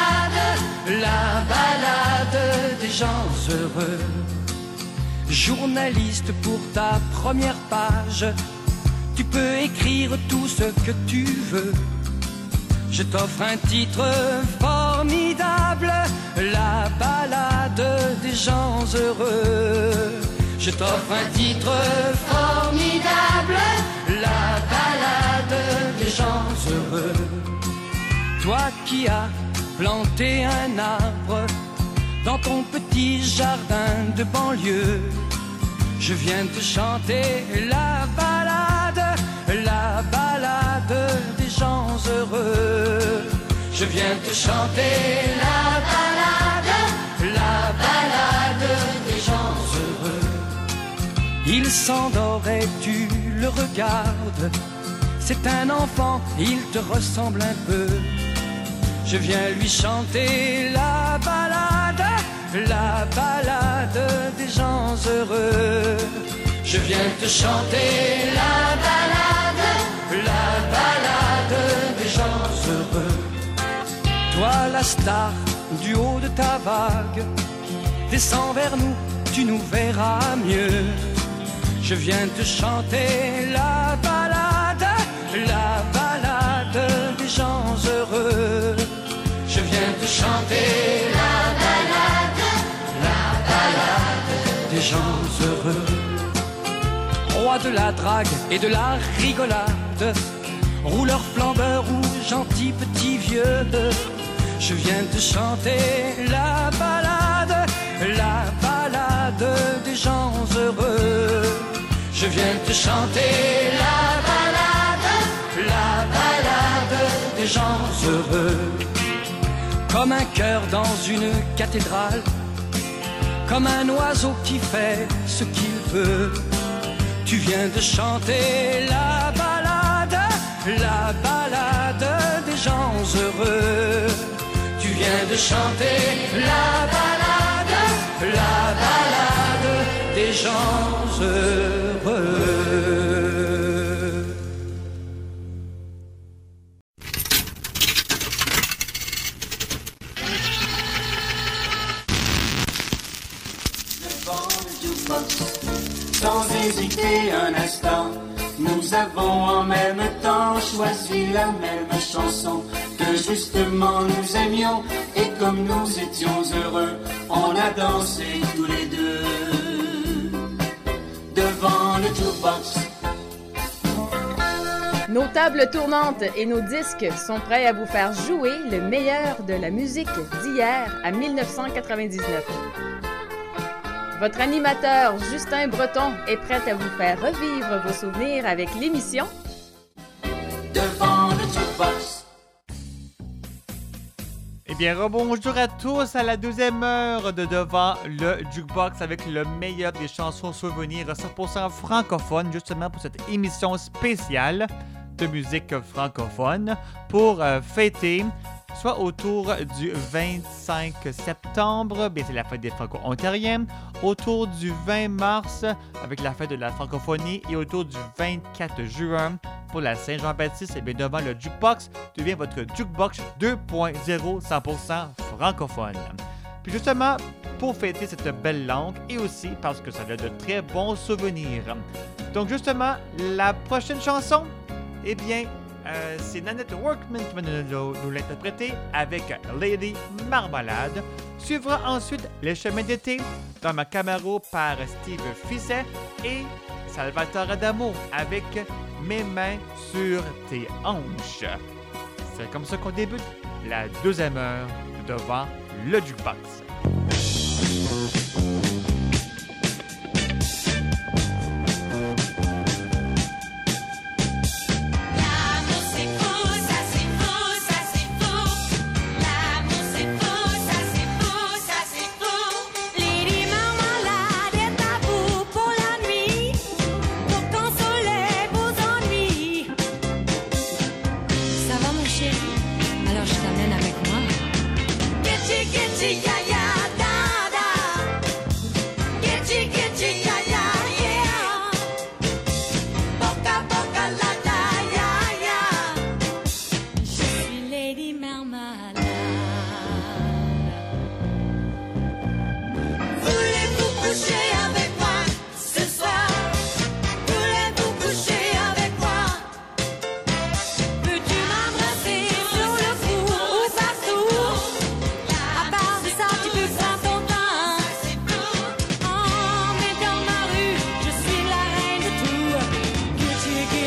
balade des gens heureux. Journaliste pour ta première page, tu peux écrire tout ce que tu veux. Je t'offre un titre formidable, la balade des gens heureux. Je t'offre un titre formidable, la balade des gens heureux. Toi qui as planté un arbre dans ton petit jardin de banlieue, je viens te chanter la balade des gens heureux. Je viens te chanter la balade des gens heureux. Il s'endort et tu le regardes, c'est un enfant, il te ressemble un peu. Je viens lui chanter la balade des gens heureux. Je viens te chanter la balade des gens heureux. Toi la star du haut de ta vague, descends vers nous, tu nous verras mieux. Je viens te chanter la balade des gens heureux. Je viens te chanter la balade des gens heureux. Roi de la drague et de la rigolade, rouleur flambeur ou gentil petit vieux, je viens te chanter la balade des gens heureux. Je viens te chanter la balade des gens heureux. Comme un cœur dans une cathédrale, comme un oiseau qui fait ce qu'il veut, tu viens de chanter la balade des gens heureux. Tu viens de chanter la balade des gens heureux. Sans hésiter un instant, nous avons en même temps choisi la même chanson que justement nous aimions, et comme nous étions heureux, on a dansé tous les deux devant le jukebox. Nos tables tournantes et nos disques sont prêts à vous faire jouer le meilleur de la musique d'hier à 1999. Votre animateur Justin Breton est prêt à vous faire revivre vos souvenirs avec l'émission Devant le jukebox. Eh bien, rebonjour à tous à la deuxième heure de Devant le Jukebox avec le meilleur des chansons souvenirs 100% francophones, justement pour cette émission spéciale de musique francophone pour fêter, soit autour du 25 septembre, bien c'est la fête des Franco-Ontariens, autour du 20 mars avec la fête de la francophonie et autour du 24 juin pour la Saint-Jean-Baptiste. Et bien devant le Jukebox devient votre Jukebox 2.0 100% francophone. Puis justement, pour fêter cette belle langue et aussi parce que ça a de très bons souvenirs. Donc justement, la prochaine chanson, eh bien, c'est Nanette Workman qui va nous l'interpréter avec Lady Marmalade. Suivra ensuite Les Chemins d'été dans ma Camaro par Steve Fisset et Salvatore Adamo avec Mes mains sur tes hanches. C'est comme ça qu'on débute la deuxième heure de Devant le Jukebox.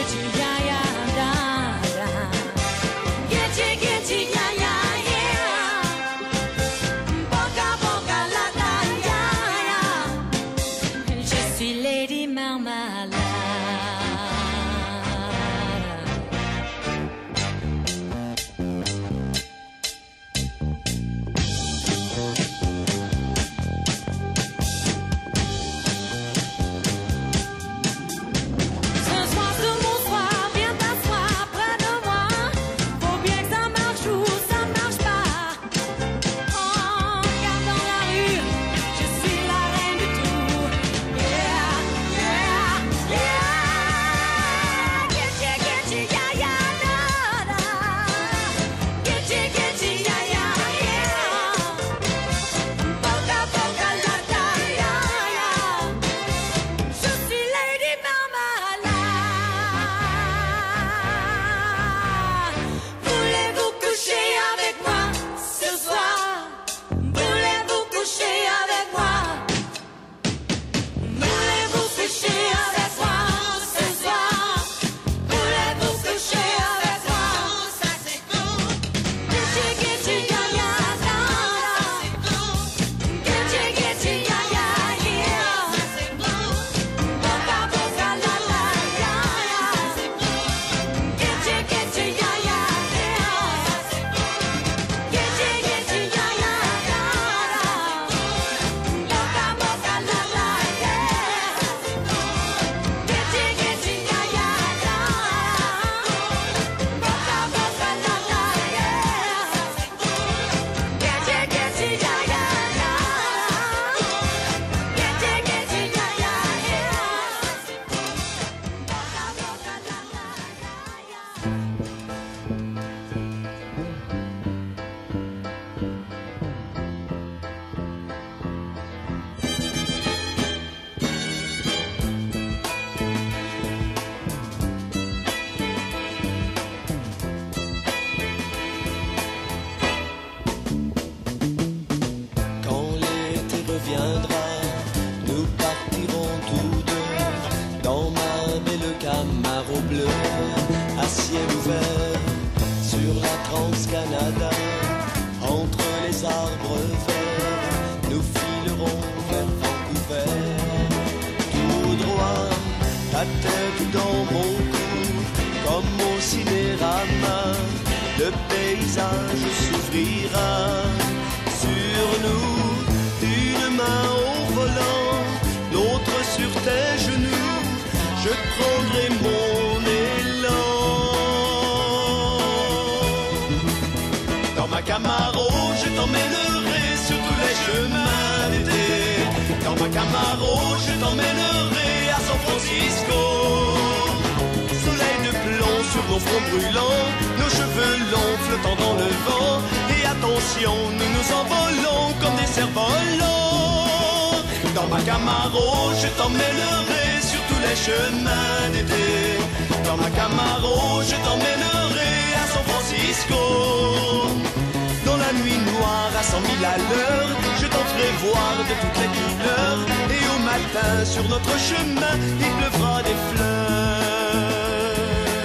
Trans-Canada, entre les arbres verts, nous filerons vers Vancouver. Tout droit, ta tête dans mon cou, comme au cinérama, le paysage s'ouvrira sur nous. Une main au volant, l'autre sur tes genoux, je prendrai mon élan. Dans ma Camaro, je t'emmènerai sur tous les chemins d'été. Dans ma Camaro, je t'emmènerai à San Francisco. Soleil de plomb sur nos fronts brûlants, nos cheveux longs flottant dans le vent. Et attention, nous nous envolons comme des cerfs-volants. Dans ma Camaro, je t'emmènerai sur tous les chemins d'été. Dans ma Camaro, je t'emmènerai à San Francisco. Dans la nuit noire à 100 000 à l'heure, je t'en ferai voir de toutes les couleurs. Et au matin, sur notre chemin, il pleuvra des fleurs.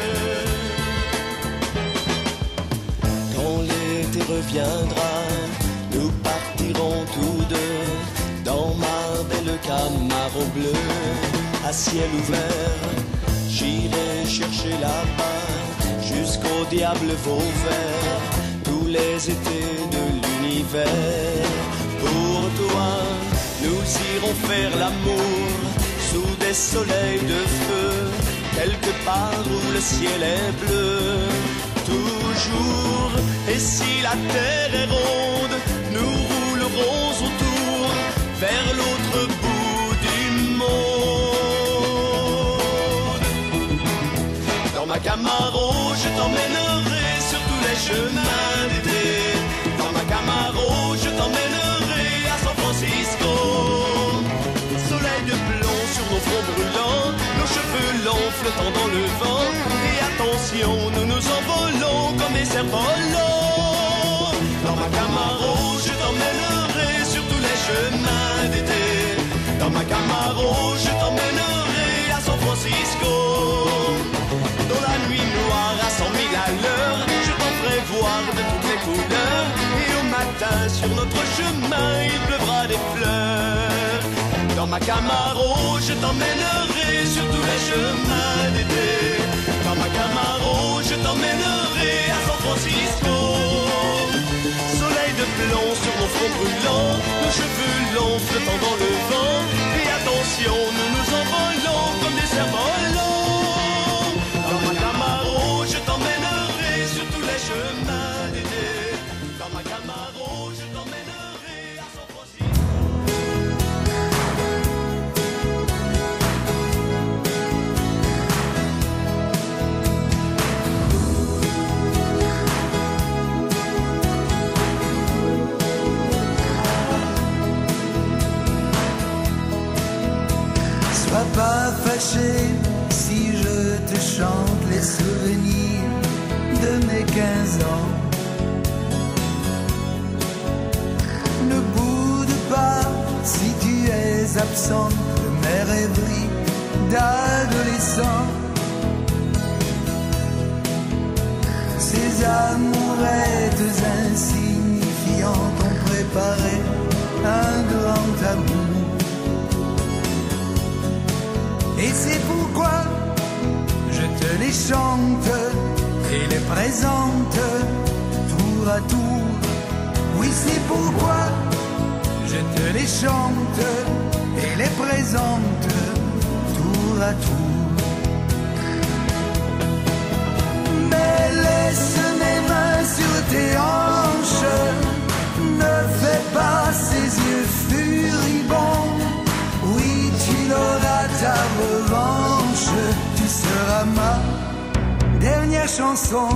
Quand l'été reviendra, nous partirons tous deux dans ma belle Camaro bleue à ciel ouvert. J'irai chercher là-bas jusqu'au diable Vauvert tous les étés de l'univers. Pour toi, nous irons faire l'amour sous des soleils de feu, quelque part où le ciel est bleu. Toujours, et si la terre est ronde, nous roulerons autour vers l'autre bout du monde. Dans ma Camaro, je t'emmènerai sur tous les chemins d'été. Dans ma Camaro, je t'emmènerai à San Francisco. Soleil de plomb sur nos fronts brûlants, nos cheveux longs flottant dans le vent. Et attention, nous nous envolons comme des cerfs-volants. Dans ma Camaro, je t'emmènerai sur tous les chemins d'été. Dans ma Camaro, je t'emmènerai à San Francisco. demain, sur notre chemin, il pleuvra des fleurs. Dans ma Camaro, je t'emmènerai sur tous les chemins d'été. Dans ma Camaro, je t'emmènerai à San Francisco. Soleil de plomb sur mon front brûlant, nos cheveux longs flottant dans le vent. Et attention, nous nous envolons comme des cerfs-volants. Dans ma Camaro, je t'emmènerai sur tous les chemins d'été. Dans ma Camaro, je t'emmènerai à San Francisco. Sois pas fâché si je te chante les souvenirs de mes 15 ans. Ne boude pas si tu es absente de mes rêveries d'adolescent. Ces amourettes insignifiantes ont préparé un grand amour. Et c'est pourquoi je te les chante et les présente tour à tour. Oui, c'est pourquoi je te les chante et les présente tour à tour. Mais laisse mes mains sur tes hanches, ne fais pas ces yeux furibonds. Oui, tu l'auras ta revanche, tu seras ma dernière chanson.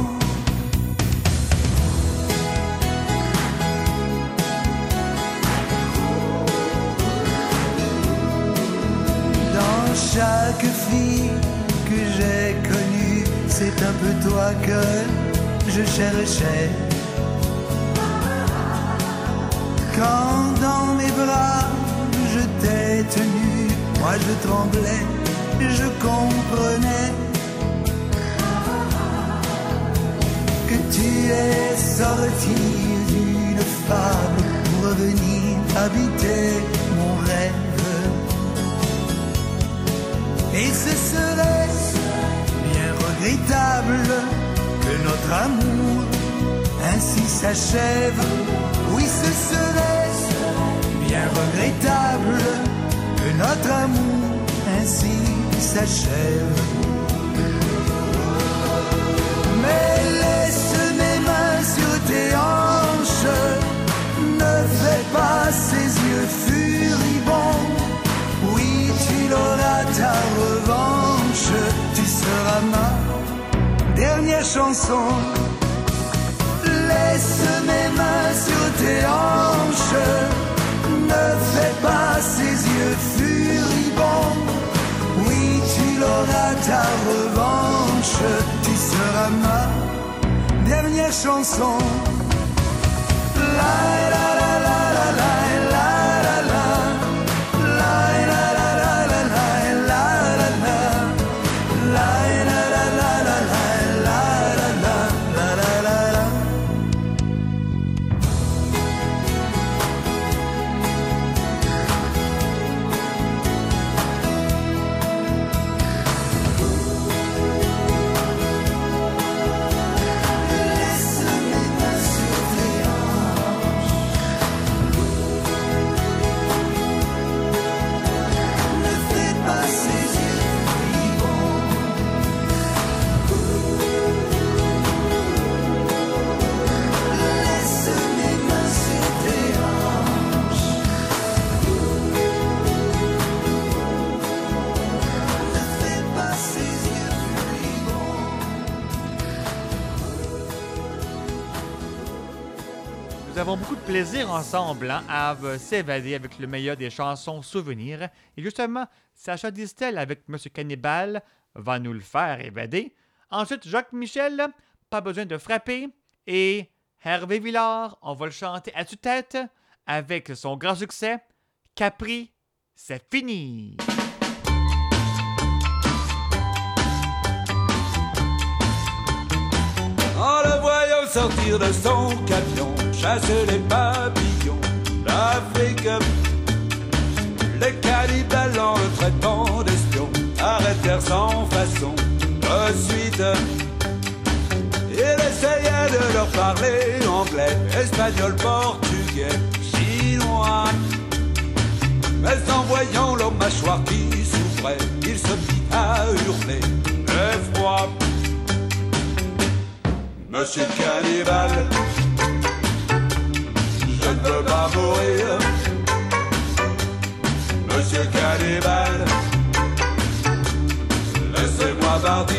Dans chaque fille que j'ai connue, c'est un peu toi que je cherchais. Quand dans mes bras je t'ai tenu, moi je tremblais, je comprenais que tu es sorti d'une fable pour revenir habiter mon rêve. Et ce serait bien regrettable que notre amour ainsi s'achève. Oui, ce serait bien regrettable que notre amour ainsi s'achève. Mais laisse mes mains sur tes hanches, ne fais pas ces yeux furibonds. Oui, tu l'auras ta revanche, tu seras ma dernière chanson. Laisse mes mains sur tes hanches, ne fais pas ces yeux furibonds. Oui, tu l'auras ta revanche, tu seras ma dernière chanson. La la la la la la la la. Nous avons beaucoup de plaisir ensemble à s'évader avec le meilleur des chansons souvenirs. Et justement, Sacha Distel avec Monsieur Cannibal va nous le faire évader. Ensuite, Jacques Michel, Pas besoin de frapper. Et Hervé Villard, on va le chanter à tue-tête avec son grand succès, Capri, c'est fini. En le voyant sortir de son camion, chasser les papillons d'Afrique. Les cannibales en le traitant d'espion arrêtèrent sans façon de suite. Il essayait de leur parler anglais, espagnol, portugais, chinois. Mais en voyant leur mâchoire qui s'ouvrait, il se mit à hurler d'effroi. Monsieur Cannibale, je ne veux pas mourir. Monsieur Cannibale, laissez-moi partir.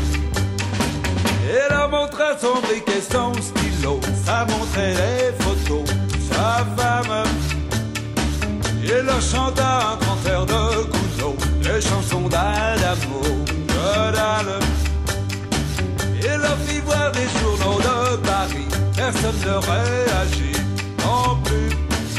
Il a montré son briquet, son stylo, ça montrait les photos, sa femme. Il leur chanta un canteur de Gounod, les chansons d'Adamo, que dalle. Il leur fit voir des journaux de Paris, personne ne réagit non plus.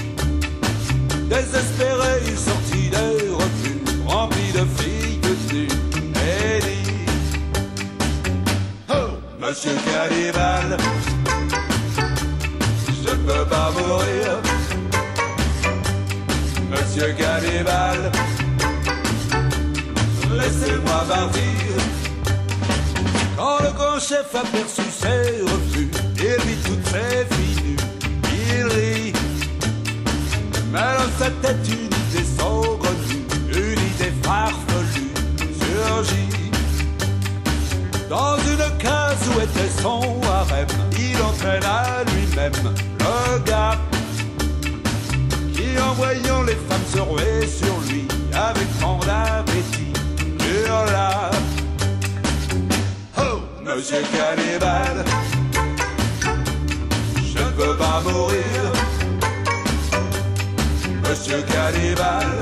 Désespéré, il sortit des revues, remplis de filles nues, et dit: oh, Monsieur Cannibale, je ne peux pas mourir. Monsieur Cannibale, laissez-moi partir. Quand le grand chef aperçut ses refus, il vit toutes ses filles nues, il rit. Mais dans sa tête une idée saugrenue, une idée farfelue surgit. Dans une case où était son harem, il entraîna lui-même le gars qui, en voyant les femmes se ruer sur lui, avec tant d'appétit, hurla: oh, Monsieur Cannibale, je ne veux pas mourir. Monsieur Cannibale,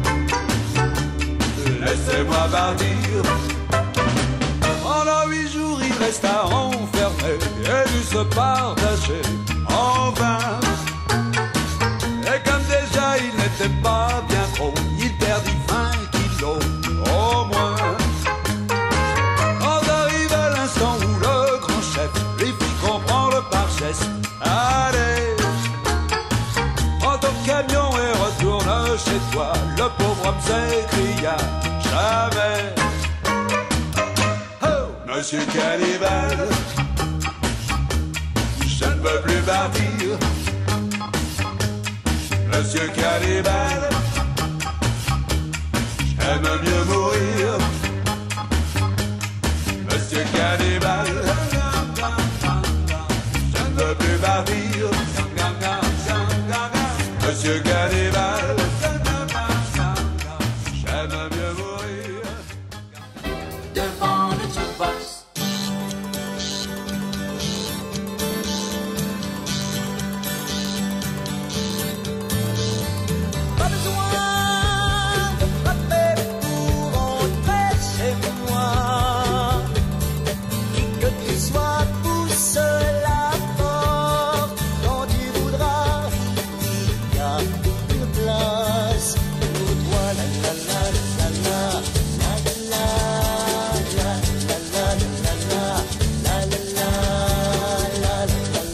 laissez-moi partir. Pendant 8 jours il resta enfermé et dut se partager en vain. Et comme déjà il n'était pas bien gros, il perdit 20 kilos au moins. Quand arriva l'instant où le grand chef lui fit comprendre par geste: allez, prends ton camion et retourne chez toi. Le pauvre homme s'écria: jamais. Oh, Monsieur Cannibale, je ne veux plus partir. Monsieur Cannibale, j'aime mieux mourir. Monsieur Cannibale, je ne veux plus partir. Monsieur Cannibale, j'aime mieux mourir. Devant le jukebox, Pas besoin de frapper pour entrer chez moi. Qui que tu sois, pousse la porte. Quand tu voudras, il y a une place pour toi. La la la la la la la la la la la la la la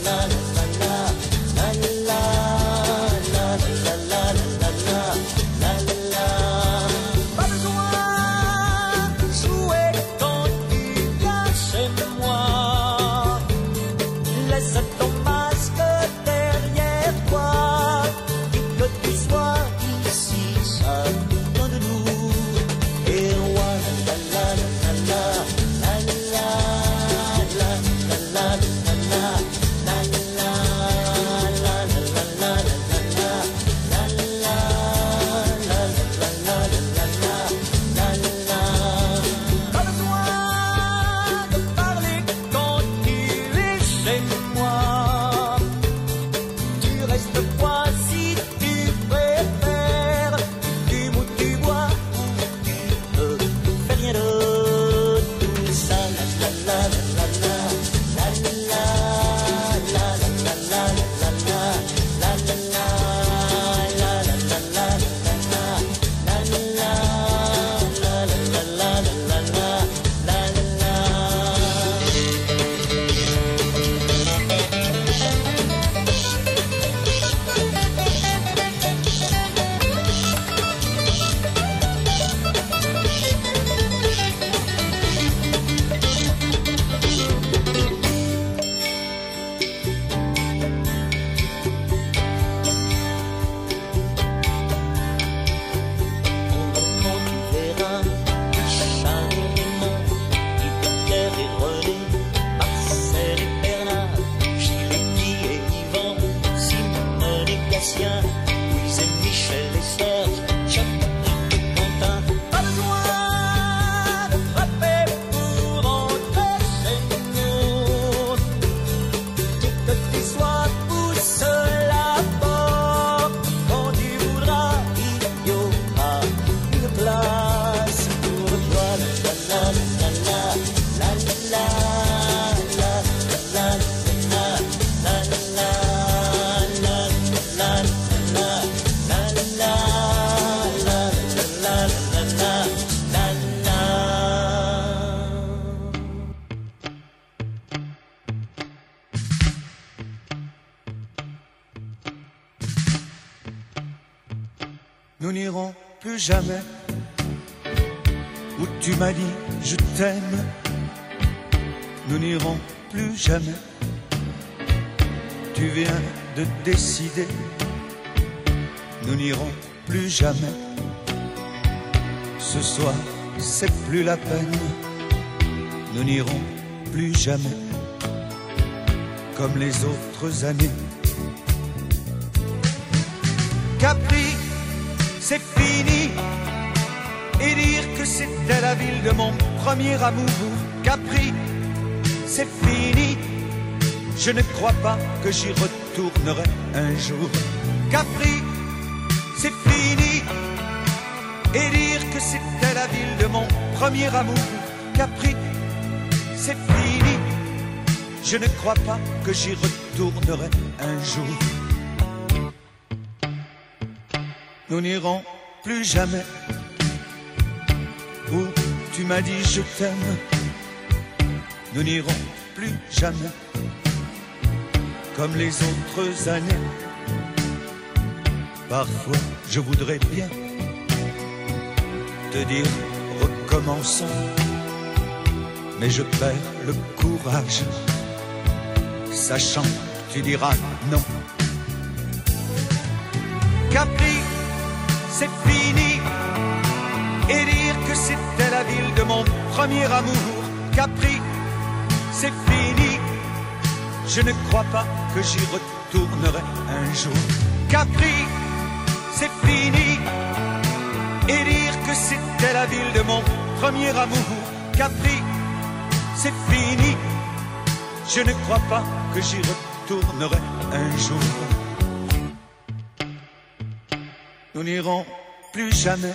pas besoin de jouer quand tu viens chez moi. Laisse ton masque derrière toi. Qui que tu sois ici, chacun de nous est roi. La la la la la la la la la la la pas besoin de parler quand tu es chez moi. et René, Marcel et Bernard, Gilles et Guy et Yvan, Simone et Gatien, Louise et Michel et Serge, Jacques et Quentin. Pas besoin de frapper pour entrer chez nous. Dès que tu sois pousse la porte, quand tu voudras, il y aura une place pour toi. La la la la la la la la Nous n'irons plus jamais où tu m'as dit je t'aime. Nous n'irons plus jamais. Tu viens de décider. Nous n'irons plus jamais. Ce soir, c'est plus la peine. Nous n'irons plus jamais comme les autres années. Capri, c'est fini. Et dire que c'était la ville de mon premier amour. Capri, c'est fini. Je ne crois pas que j'y retournerai un jour. Capri, c'est fini. Et dire que c'était la ville de mon premier amour. Capri, c'est fini. Je ne crois pas que j'y retournerai un jour. Nous n'irons plus jamais où tu m'as dit je t'aime. Nous n'irons plus jamais comme les autres années. Parfois je voudrais bien te dire recommençons, mais je perds le courage, sachant que tu diras non. Capri, c'est fini. Et dire que c'était la ville de mon premier amour. Capri, c'est fini. Je ne crois pas que j'y retournerai un jour. Capri, c'est fini. Et dire que c'était la ville de mon premier amour. Capri, c'est fini. Je ne crois pas que j'y retournerai un jour. Nous n'irons plus jamais,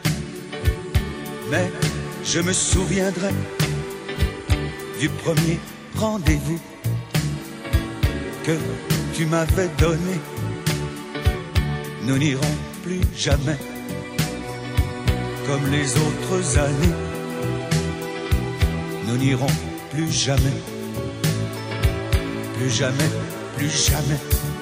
mais je me souviendrai du premier rendez-vous que tu m'avais donné. Nous n'irons plus jamais comme les autres années. Nous n'irons plus jamais, plus jamais, plus jamais.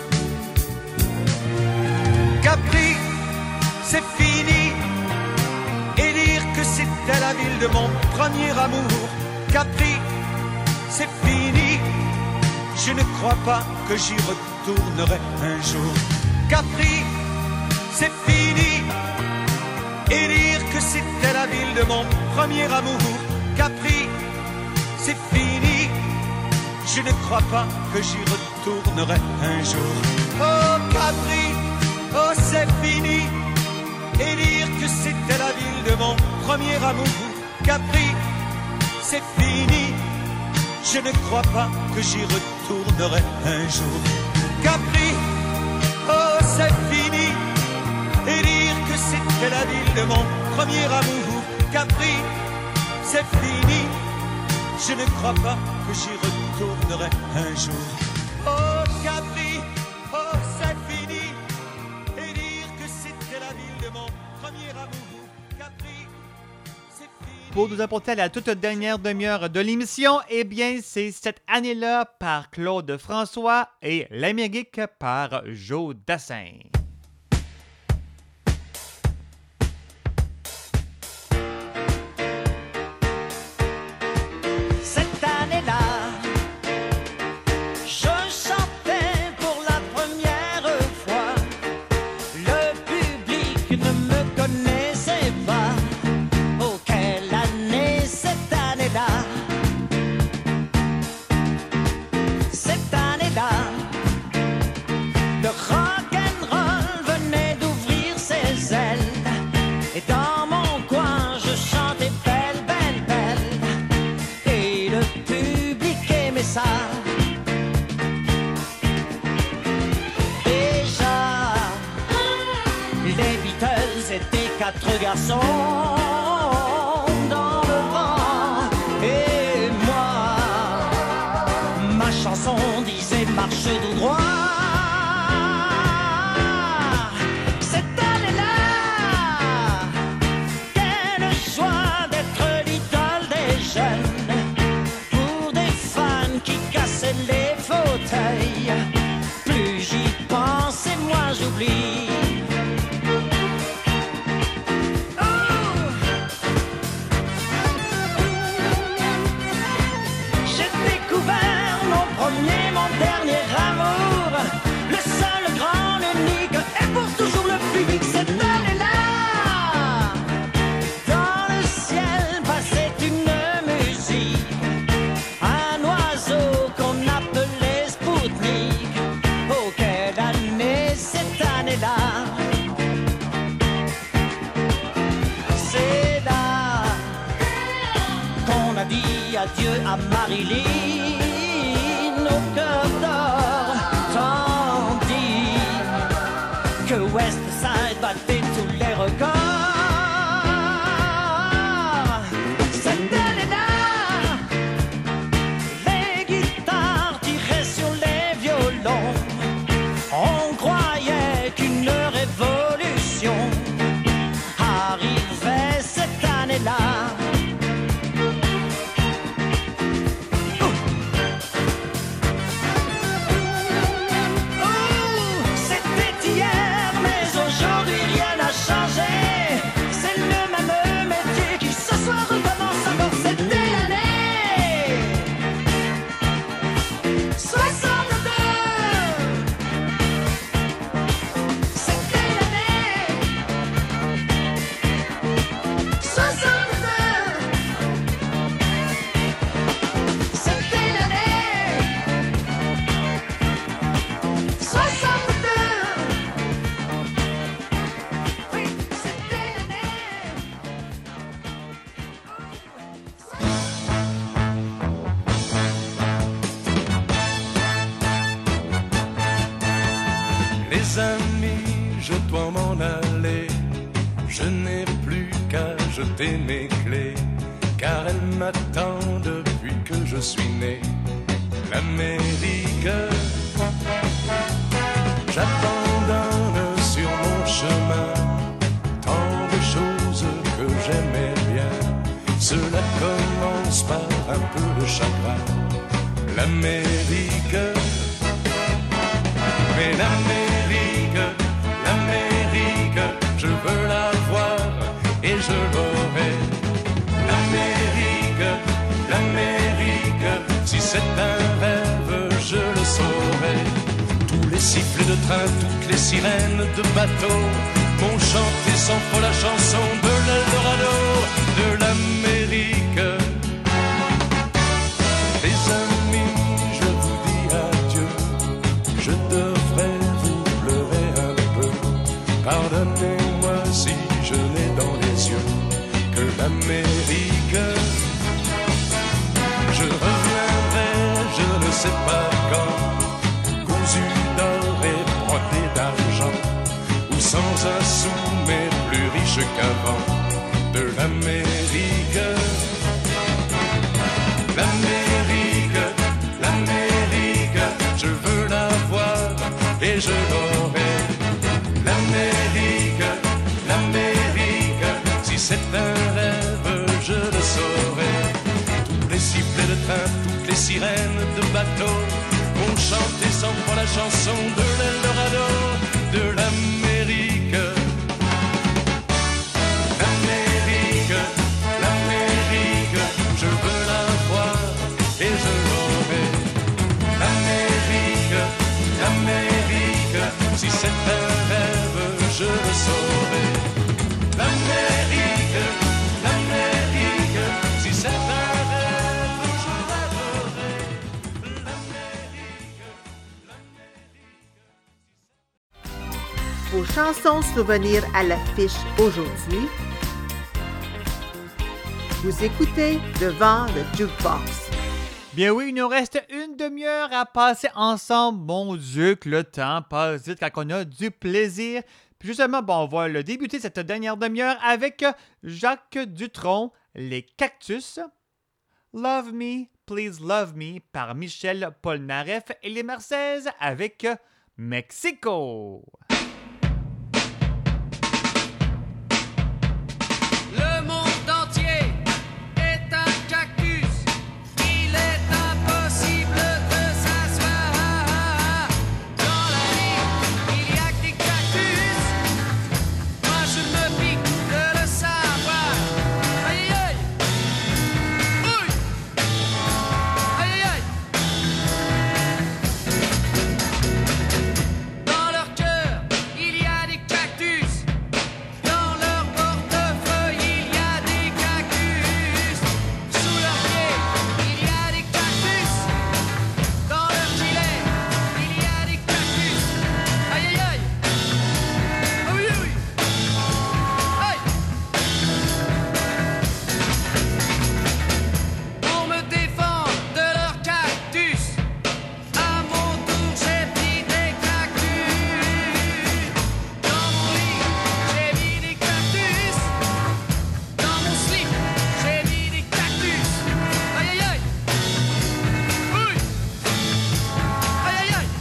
Capri, c'est fini. Et dire que c'était la ville de mon premier amour. Capri, c'est fini. Je ne crois pas que j'y retournerai un jour. Capri, c'est fini. Et dire que c'était la ville de mon premier amour. Capri, c'est fini. Je ne crois pas que j'y retournerai un jour. Oh Capri, oh c'est fini. Et dire que c'était la ville de mon premier amour. Capri, c'est fini. Je ne crois pas que j'y retournerai un jour. Capri, oh c'est fini. Et dire que c'était la ville de mon premier amour. Capri, c'est fini. Je ne crois pas que j'y retournerai un jour. Oh Capri, oh c'est fini. Et dire que c'était la ville de mon premier amour. Capri, c'est fini. Pour nous apporter la toute dernière demi-heure de l'émission, eh bien, c'est Cette année-là par Claude François et L'Amérique par Joe Dassin. Cette année-là, je chantais pour la première fois. Le public ne me connaissait pas. Oh, quelle année cette année-là! 4 garçons dans le vent. Et moi, ma chanson disait marche tout droit. Cette année-là, quelle joie d'être l'idole des jeunes. Pour des fans qui cassaient les fauteuils, plus j'y pense et moins j'oublie. Mon dernier amour, le seul grand, l'unique et pour toujours le public. Cette année-là, dans le ciel passait une musique, un oiseau qu'on appelait Spoutnik. Oh, quelle année cette année-là! C'est là qu'on a dit adieu à Marilyn. Tandis que West Side battait tous les records. Cette année-là, les guitares tiraient sur les violons. On croyait qu'une révolution arrivait cette année-là. C'est le même métier qui ce soir recommence encore. C'était l'année 62. C'était l'année 62. C'était l'année 62. Les amis, je dois m'en aller. Je n'ai plus qu'à jeter mes clés, car elles m'attendent depuis que je suis né. L'Amérique, j'abandonne sur mon chemin tant de choses que j'aimais bien. Cela commence par un peu de chagrin. L'Amérique, mais l'Amérique, je veux la voir et je l'aurai. L'Amérique, si c'est un rêve, je le saurai. Tous les sifflets de train, toutes les sirènes de bateau m'ont chanté sans faux la chanson de l'Eldorado, de l'Amérique. Les amis, je vous dis adieu. Je devrais vous pleurer un peu. Pardonnez-moi si je n'ai dans les yeux que l'Amérique. Je reviendrai, je ne sais pas quand, cousu d'or et brodé d'argent, ou sans un sou mais plus riche qu'avant. De l'Amérique, l'Amérique, je veux la voir et je l'aurai. L'Amérique, si c'est un rêve, je le saurai. Tous les sifflets de train, toutes les sirènes de bateau ont chanté sans foi la chanson de l'Eldorado, de l'Amérique. L'Amérique, je veux la voir et je l'aurai. L'Amérique, si c'est un rêve, je le saurai. L'Amérique, si c'est un rêve, je l'adorerai. Vos chansons souvenirs à l'affiche aujourd'hui. Vous écoutez Devant le Jukebox. Bien oui, il nous reste une demi-heure à passer ensemble. Mon Dieu, que le temps passe vite quand on a du plaisir. Puis justement, on va le débuter cette dernière demi-heure avec Jacques Dutronc, Les Cactus, Love Me, Please Love Me par Michel Polnareff et les Marseillaises avec Mexico. Le monde entier est un cactus. Il est impossible que ça soit. Dans la vie, il y a que des cactus. Moi, je me pique de le savoir. Aïe, aïe, ouille. Aïe, aïe. Dans leur cœur, il y a des cactus. Dans leur portefeuille, il y a des cactus. Sous leurs pieds, il y a des cactus. Dans leur gilet, il y a des cactus. Aïe, aïe, aïe. Ah oui, oui. Aïe. Pour me défendre de leurs cactus, à mon tour, j'ai pris des cactus. Dans mon lit, j'ai mis des cactus. Dans mon slip, j'ai mis des cactus. Aïe, aïe, aïe. Oui. Aïe, aïe, aïe.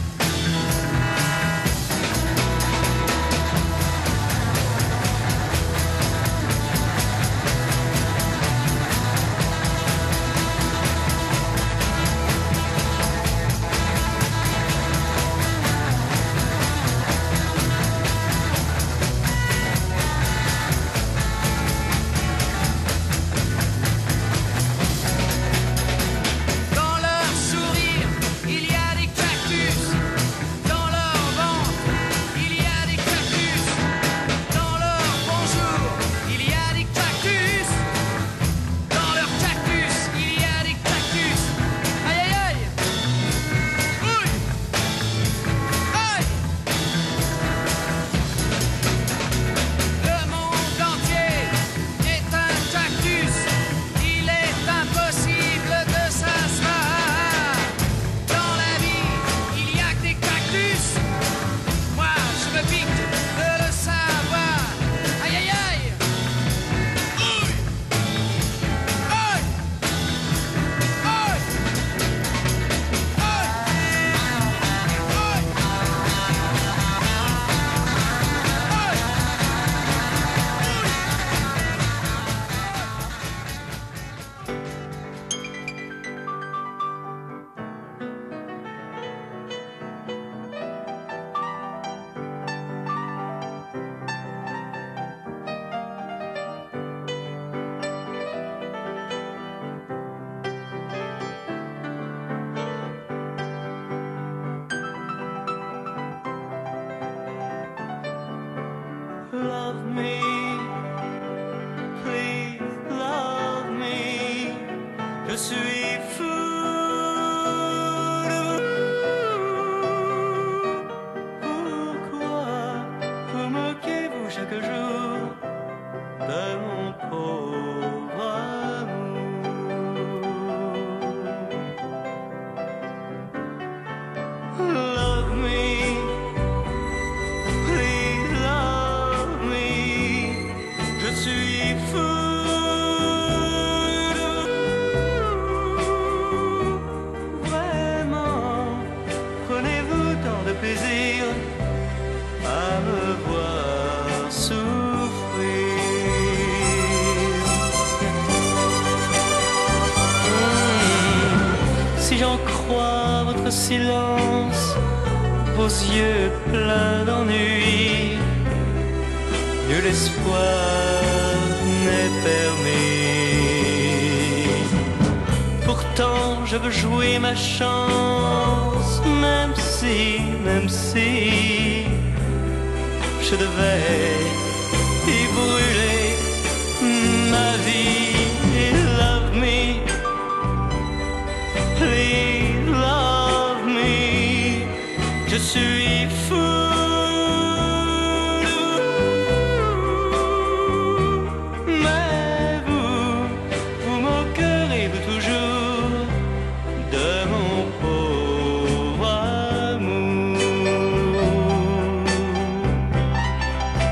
Dans leur sourire, il y a des cactus. Dans leur ventre, il y a des cactus. Dans leur bonjour, il y a des cactus. Dans leur cactus, il y a des cactus. Aïe, aïe, aïe. Oui. Aïe. Le monde entier est un cactus. Il est impossible de s'asseoir. Dans la vie, il y a que des cactus. Moi, je me pique de le savoir. Aïe, aïe, aïe. Ouille. Aïe. Aïe. Love me, please love me. Je suis fou de vous. Pourquoi vous moquez-vous chaque jour de mon pauvre amour? Love me, please love me. Je suis fou de vous. Vraiment, prenez-vous tant de plaisir à me voir souffrir. Si j'en crois votre silence, vos yeux pleins d'ennui, nul espoir n'est permis. Pourtant je veux jouer ma chance, même si je devais y brûler ma vie. Love me, please love me. Je suis fou de vous. Mais vous moquerez-vous toujours de mon pauvre amour?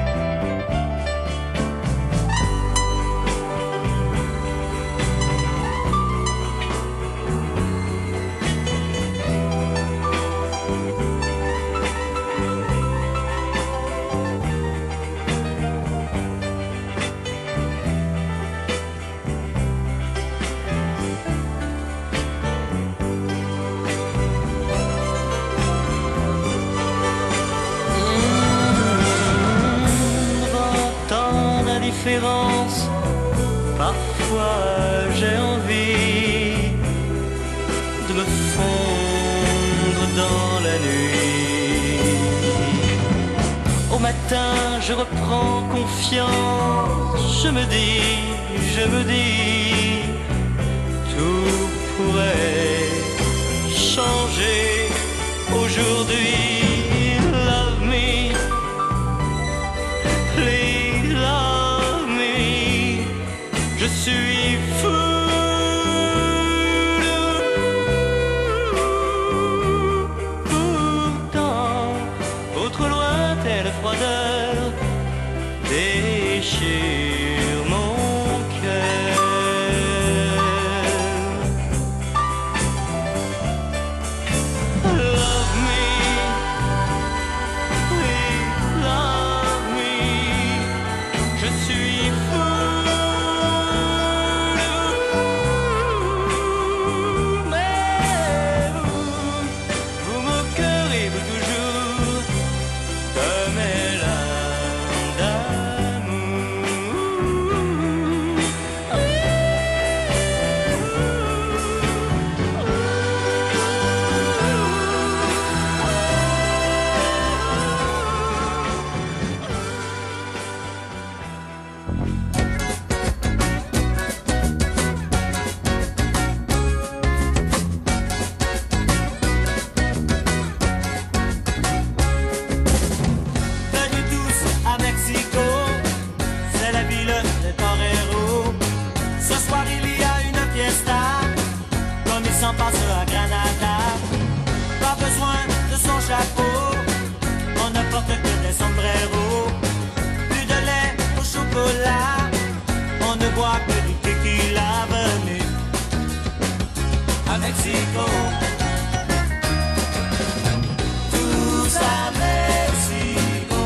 espérance. Parfois j'ai envie de me fondre dans la nuit. Au matin je reprends confiance, je me dis, tout pourrait changer aujourd'hui. Love me, please love me, je suis fou. Pourtant, au trop loin, telle froideur déchire mon cœur. Love me, please love me, je suis fou. Mais vous moquerez-vous toujours de mes larmes d'amour? Venez tous à Mexico, c'est la ville des toreros. Ce soir il y a une fiesta, comme il s'en passe à Granada. Pas besoin de son chapeau, on ne porte que des sombreros. Plus de lait au chocolat, on ne boit que du tequila. Venez à Mexico, tous à Mexico.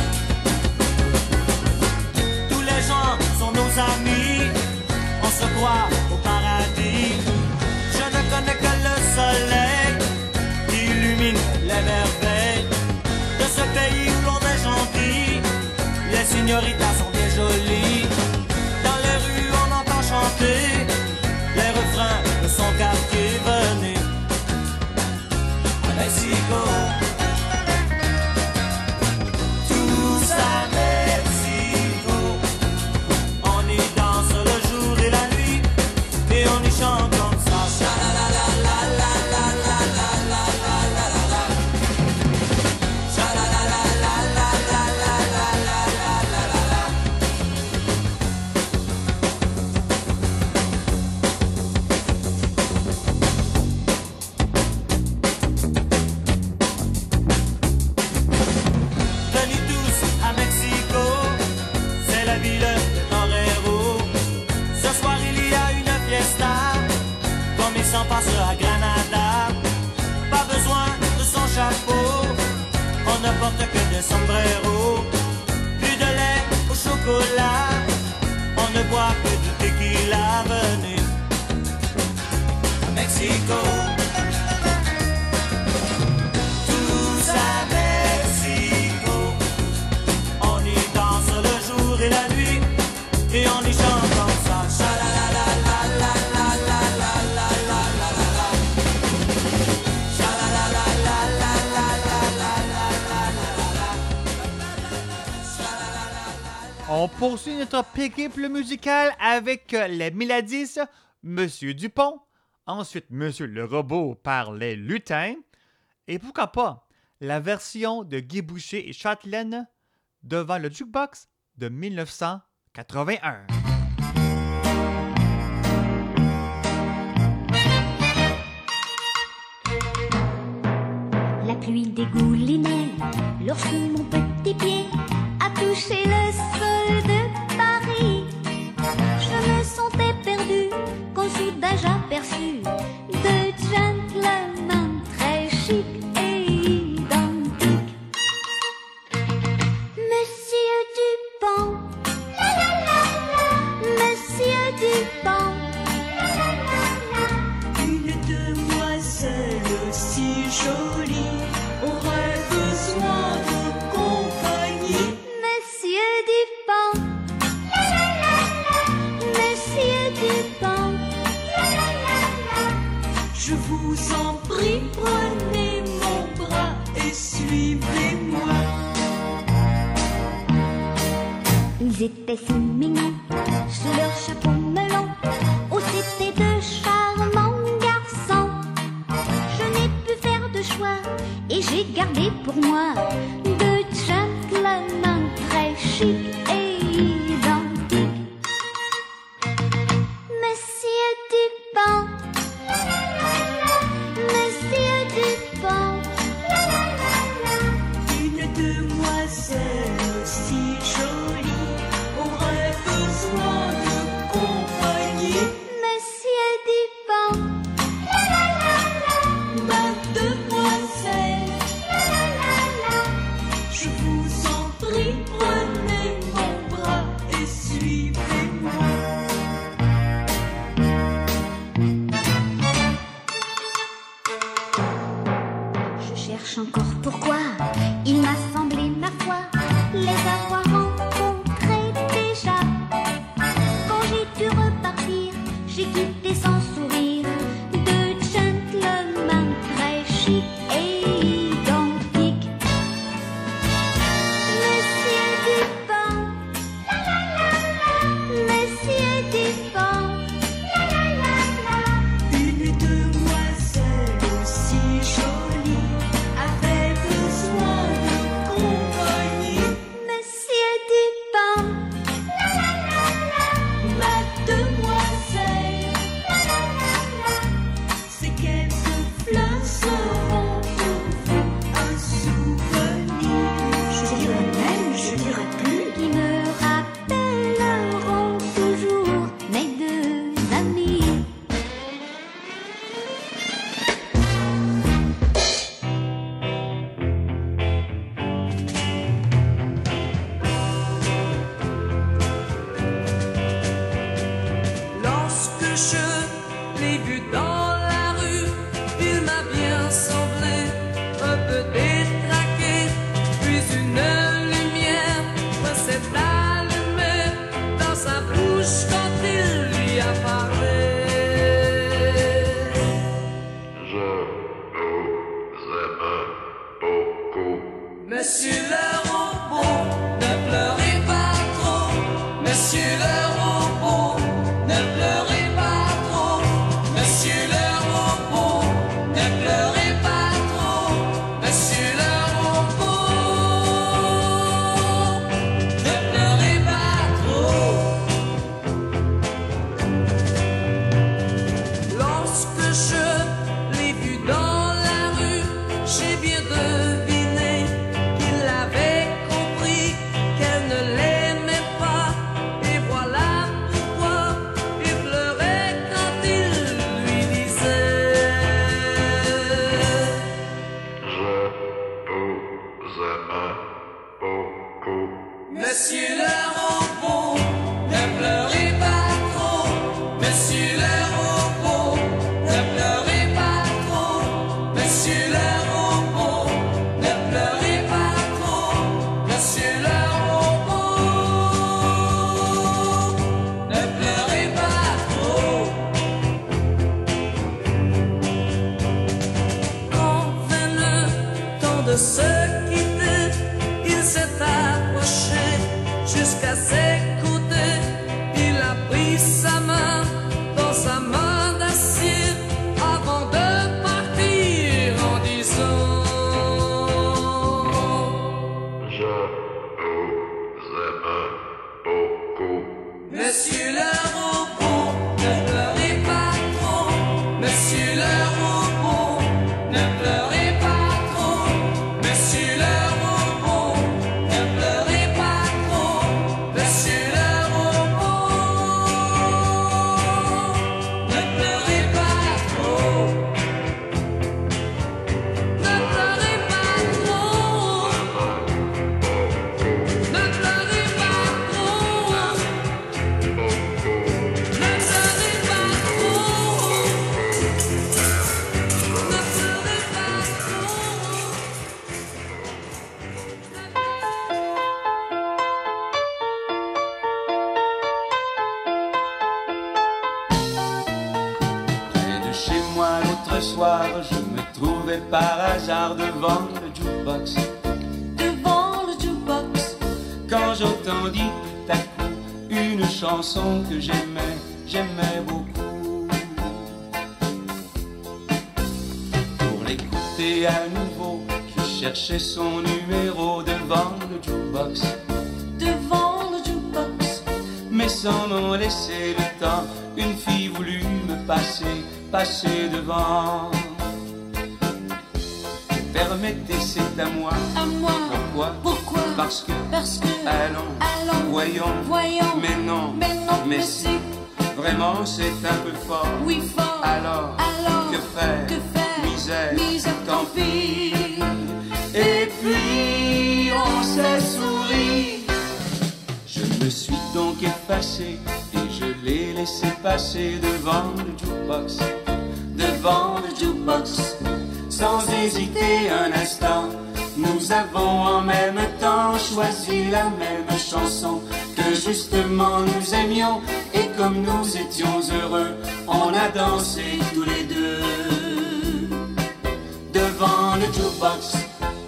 Tous les gens sont nos amis, on se croit au paradis. Je ne connais que le soleil qui illumine les merveilles de ce pays où l'on est gentil. Les señoritas sont bien jolies. Dans les rues on entend chanter les refrains de son quartier. Venez à Mexico, tous à Mexico. On y danse le jour et la nuit et on y chante comme ça. Venez tous à Mexico, c'est la ville de toreros. Ce soir il y a une fiesta, comme il s'en passe à Granada. Pas besoin de son chapeau, on ne porte que des sombreros. Plus de lait au chocolat, on ne boit que du tequila. Venez à Mexico, tous à Mexico. On y danse le jour et la nuit et on y chante comme ça. On poursuit notre périple musical avec les Mélodies, Monsieur Dupont, ensuite Monsieur le Robot par les Lutins, et pourquoi pas la version de Guy Boucher et Châtelaine devant le jukebox de 1981. La pluie dégoulinait lorsque mon petit pied a touché le sol de Paris. Je me sentais perdue quand soudain j'aperçus deux gentlemen très chics et identiques. Monsieur Dupont, Monsieur Dupont, Une demoiselle si jolie aurait besoin de compagnie. Monsieur Dupont. Je vous en prie, prenez mon bras et suivez-moi. Ils étaient si mignons, sous leur chapeau melon. Oh, c'était de charmants garçons. Je n'ai pu faire de choix et j'ai gardé pour moi deux gentlemen très chic et identiques. Monsieur Dupont, Monsieur Dupont, une demoiselle si jolie aurait besoin de compagnie. Monsieur Dupont, ma demoiselle, je vous en prie, prenez mon bras et suivez-moi. je cherche encore pourquoi il m'a semblé, ma foi, les avoir rencontrés déjà. Quand j'ai dû repartir, j'ai quitté sans sourire deux gentlemen très chic et identiques. Monsieur Dupont, Monsieur Dupont, Une demoiselle si jolie avait besoin de compagnie. Monsieur Dupont, Ma demoiselle, ces quelques fleurs seront pour vous un souvenir. je dirais même, je dirais plus, qui me rappelleront toujours mes deux amis. Lorsque je l'ai vu dans la rue, il m'a bien semblé un peu détraqué. Puis une lumière s'est allumée dans sa bouche quand il lui a parlé. Je vous aime beaucoup. Monsieur le robot, ne pleurez pas trop. Monsieur le robot, ne pleurez pas trop. Monsieur le robot, ne pleurez pas trop. Monsieur le robot, ne pleurez pas trop. Lorsque je l'ai vu dans la rue, j'ai bien deviné qu'il avait compris qu'elle ne l'aimait pas. Et voilà pourquoi il pleurait quand il lui disait Je vous aime beaucoup. Monsieur le robot, ne pleurez pas trop. Monsieur le robot, ne pleurez pas trop. Monsieur le robot, ne pleurez pas trop. Monsieur le robot, ne pleurez pas trop. Quand vint le temps de se quitter, il s'est approché jusqu'à ses côtés. Il a pris sa main dans sa main d'acier avant de partir en disant Je vous aime beaucoup. Monsieur le robot, ne pleurez pas trop. Monsieur le robot, ne pleurez pas trop. Monsieur le robot, ne pleurez pas trop. Monsieur soir, je me trouvais par hasard devant le jukebox. Devant le jukebox. Quand j'entendis tout à coup une chanson que j'aimais beaucoup. Pour l'écouter à nouveau, je cherchais son numéro devant le jukebox. Devant le jukebox. Mais sans m'en laisser le temps, une fille voulut me passer devant. Permettez, c'est à moi. À moi. Pourquoi? Parce que. Allons. Voyons. Mais non. Mais si. Vraiment, c'est un peu fort. Oui, fort. Alors. Que faire? Misère. Tant pis. Et puis, on s'est souri. Je me suis donc effacé et je l'ai laissé passer devant le jukebox. Devant le jukebox. Sans hésiter un instant, nous avons en même temps choisi la même chanson que justement nous aimions. Et comme nous étions heureux, on a dansé tous les deux devant le jukebox.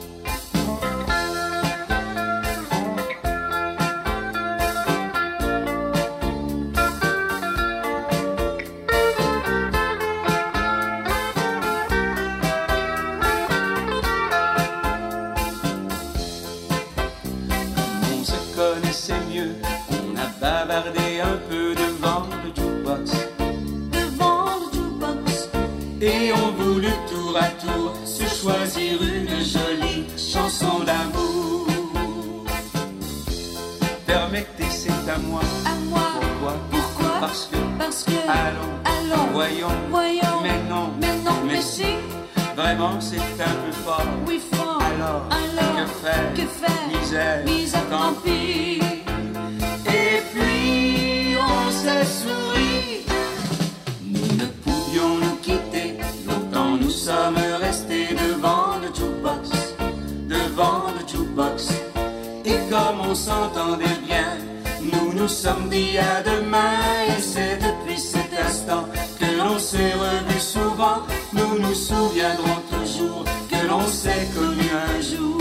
Bavardé un peu devant le jukebox. Devant le jukebox. Et on voulut tour à tour se choisir une jolie chanson d'amour. Permettez, c'est à moi. À moi. Pourquoi? Parce que. Allons. Voyons. Mais non. Mais si. Vraiment, c'est un peu fort. Oui, fort. Alors. Que faire? Misère. Tant pis. Et puis on s'est souri. Nous ne pouvions nous quitter. Longtemps nous sommes restés devant le jukebox. Devant le jukebox. Et comme on s'entendait bien, nous nous sommes dit à demain. Et c'est depuis cet instant que l'on s'est revus souvent. Nous nous souviendrons toujours que l'on s'est connus un jour.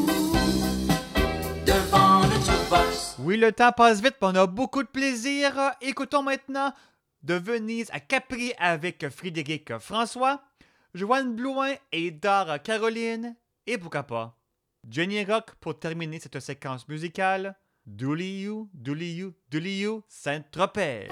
Devant le jukebox. Oui, le temps passe vite, mais on a beaucoup de plaisir. Écoutons maintenant de Venise à Capri avec Frédéric François, Joanne Blouin et Dara Caroline, et pourquoi pas Jenny Rock pour terminer cette séquence musicale. Dooley-you, Dooley-you, Dooley-you, Saint-Tropez.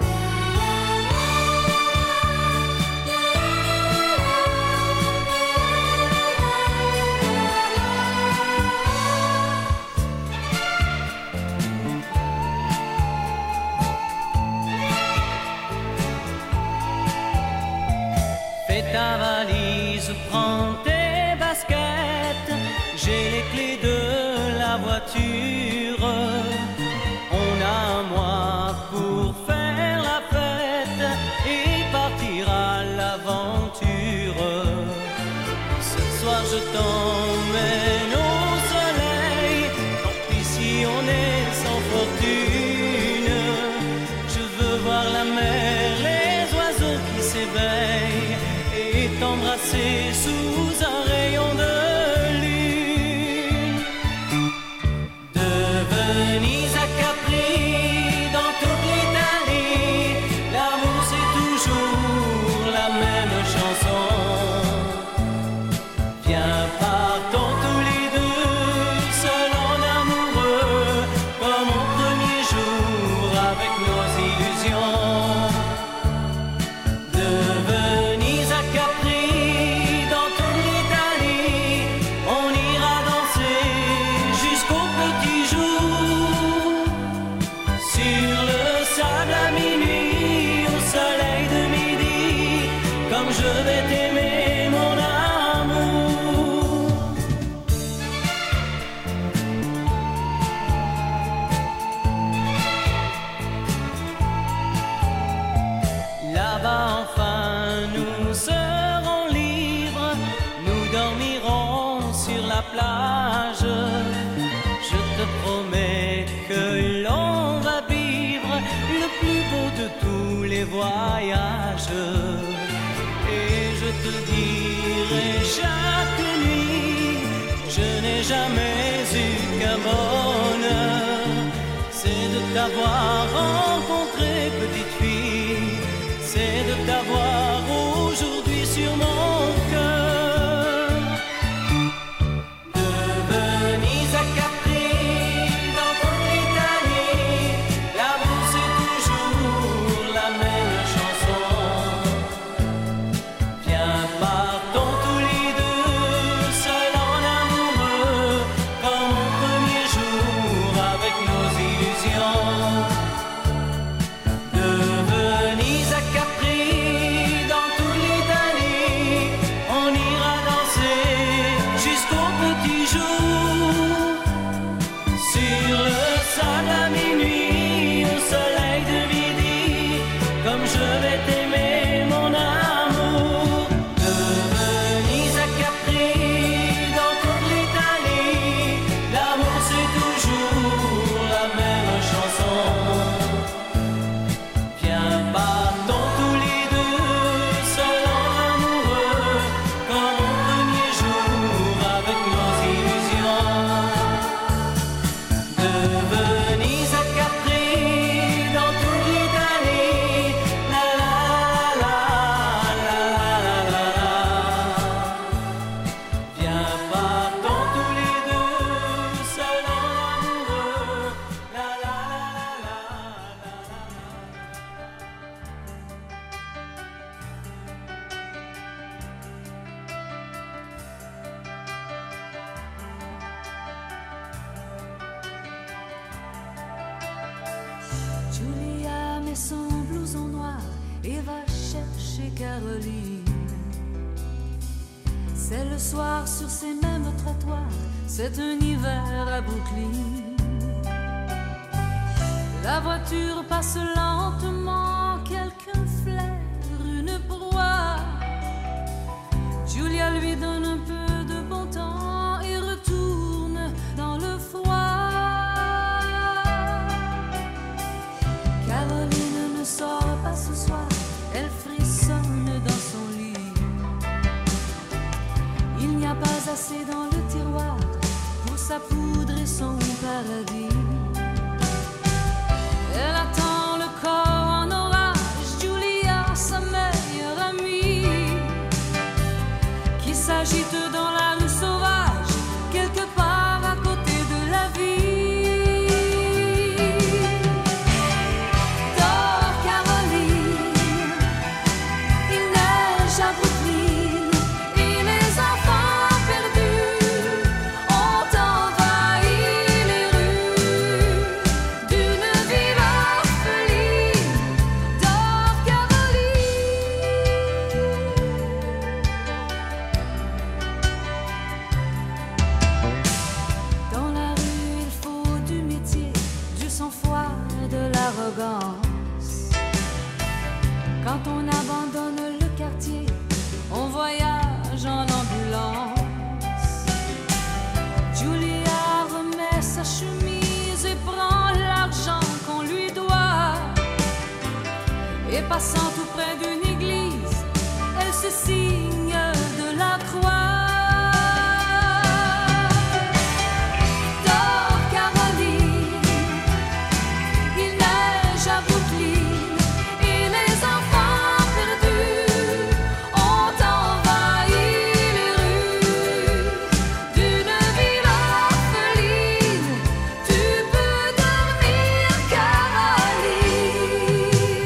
Ta valise, prends tes baskets, j'ai les clés de la voiture. On a un mois pour faire la fête et partir à l'aventure. Ce soir je t'emmène au soleil, tant pis si on est sans fortune. Je veux voir la mer, les oiseaux qui s'éveillent, t'embrasser sous un rayon de lune. De Venise à Capri, dans toute l'Italie, l'amour c'est toujours la même chanson. Viens, partons tous les deux, seuls en amoureux, comme au premier jour avec nos illusions. De Venise à Capri, je vais t'aimer, mon amour. Là-bas enfin nous serons libres, nous dormirons sur la plage. Je te promets que l'on va vivre le plus beau de tous les voyages. Et je te te dirai chaque nuit, je n'ai jamais eu qu'un bonheur, c'est de t'avoir rencontré, petite fille, c'est de t'avoir aujourd'hui sur mon cœur. De Venise à Capri, dans toute l'Italie, l'amour c'est toujours la même chanson. Viens, partons tous les deux, seuls en amoureux, comme au premier jour avec nos illusions. De Venise à Capri, dans toute l'Italie, on ira danser jusqu'au petit jour. Sur le sable à minuit, au soleil de midi, comme je vais t'aimer, mon amour. De Venise à Capri, dans toute l'Italie, l'amour c'est toujours la même chanson. Viens, partons tous les deux, seuls en amoureux, comme au premier jour avec nos illusions. De Venise à Capri, dans toute l'Italie, la la la la la la la. Viens, partons tous les deux, seuls en amoureux, la la la la Julia met son blouson noir et va chercher Caroline. C'est le soir sur ces mêmes trottoirs, c'est un hiver à Brooklyn. La voiture passe lentement, quelqu'un flaire une proie. Julia lui donne un peu de bon temps et retourne dans le froid. Caroline ne sort pas ce soir, elle frissonne dans son lit. Il n'y a pas assez dans le tiroir pour saupoudrer son paradis. Elle attend le corps en orage, Julia, sa meilleure amie, qui s'agite dans la rue sauvage, quelque part à côté de la vie. Dors, Caroline, il neige à Brooklyn, et les enfants perdus ont envahi les rues d'une ville orpheline. Dors, Caroline. Dans la rue, il faut du métier, du sang-froid, de l'arrogance. Quand on abandonne le quartier, on voyage en ambulance. Julia remet sa chemise et prend l'argent qu'on lui doit. Et passant tout près d'une église, elle se signe de la croix. Dors, Caroline, il neige à Brooklyn, et les enfants perdus ont envahi les rues d'une ville orpheline. Tu peux dormir, Caroline.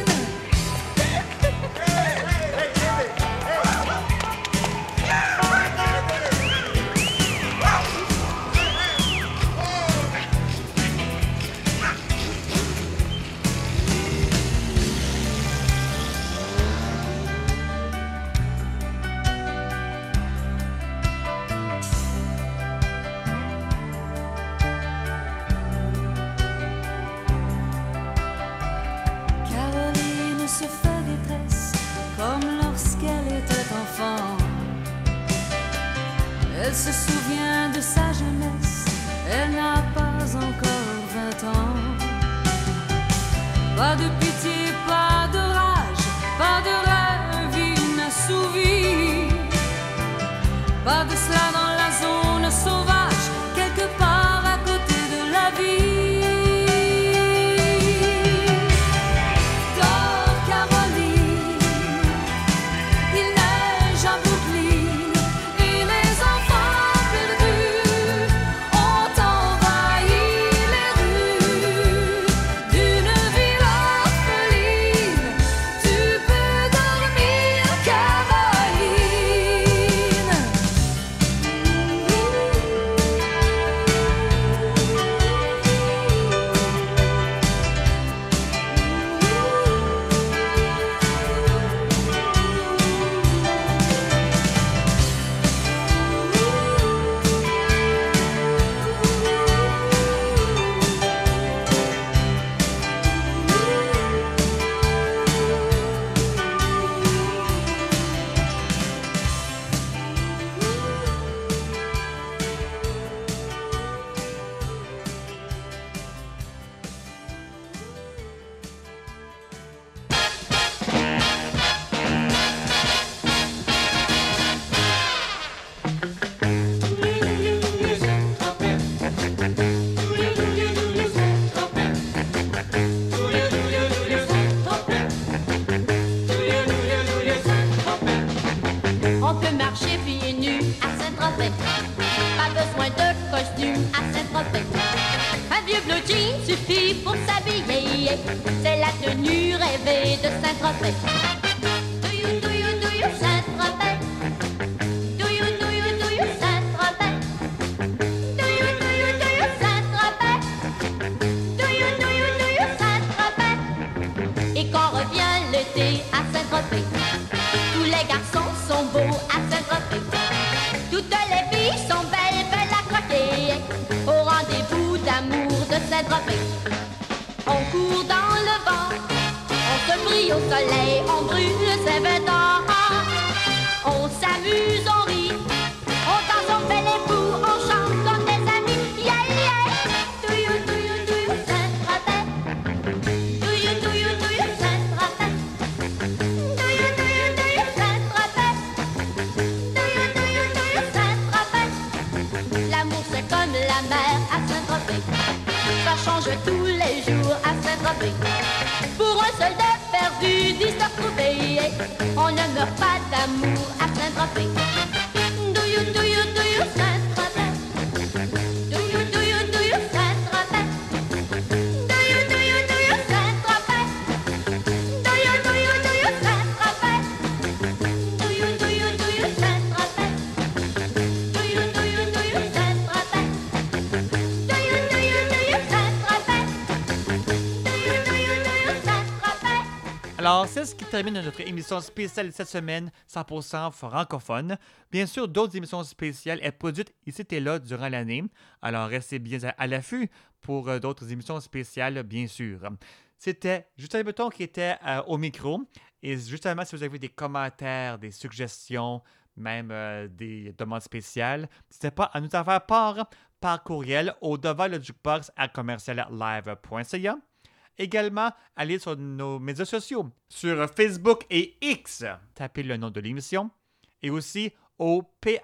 Caroline se fait détresse comme lorsqu'elle était enfant. Elle se souvient de sa jeunesse, elle n'a pas encore 20 ans. Pas de pitié, pas de rage, pas de rêve inassouvi. Pas de cela dans la zone sauvage, quelque part à côté de la ville. Dans Caroline, il neige à Brooklyn et les enfants perdus ont envahi les rues d'une ville orpheline. Tu peux dormir, Caroline. On peut marcher pieds nus à Saint-Tropez. Pas besoin de costume à Saint-Tropez. Un vieux blue jean suffit pour s'habiller. C'est la tenue rêvée de Saint-Tropez. Do you, Saint-Tropez? Do you, Saint-Tropez? Do you, Saint-Tropez? Do you, Saint-Tropez? Et quand revient l'été à Saint-Tropez, tous les garçons sont beaux à Saint-Tropez. Toutes les filles sont belles, belles à croquer. Au rendez-vous d'amour de Saint-Tropez. On court dans le vent, on se brille au soleil, on brûle ses vêtements. On s'amuse, on rit, on danse, on fait les fous, on chante comme des amis. Yeah, yeah. Do you, Saint-Tropez? Do you, Saint-Tropez? Do you, Saint-Tropez? Saint-Tropez. L'amour c'est comme la mer à Saint-Tropez. Ça change tous les jours à Saint-Tropez. Pour un soldat perdu, d'histoire trouvée, on ne meurt pas d'amour à Saint-Tropez. Do you, Saint-Tropez? Do you, Saint-Tropez? Do you, Saint-Tropez? Do you, Saint-Tropez? Do you, Saint-Tropez? Do you, Saint-Tropez? Alors, c'est ce qui termine notre émission spéciale cette semaine, 100% francophone. Bien sûr, d'autres émissions spéciales sont produites ici et là durant l'année. Alors, restez bien à l'affût pour d'autres émissions spéciales, bien sûr. C'était Justin Breton qui était au micro. Et justement, si vous avez des commentaires, des suggestions, même des demandes spéciales, n'hésitez pas à nous en faire part par courriel au devant le jukebox à commerciallive.ca. Également, allez sur nos médias sociaux, sur Facebook et X, tapez le nom de l'émission, et aussi au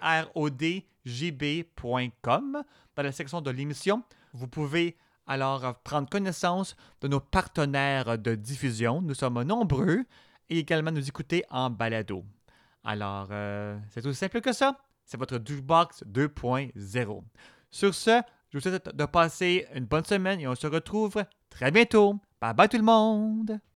prodjb.com dans la section de l'émission. Vous pouvez alors prendre connaissance de nos partenaires de diffusion. Nous sommes nombreux et également nous écouter en balado. Alors, c'est aussi simple que ça. C'est votre Jukebox 2.0. Sur ce, je vous souhaite de passer une bonne semaine et on se retrouve très bientôt. Bye bye tout le monde!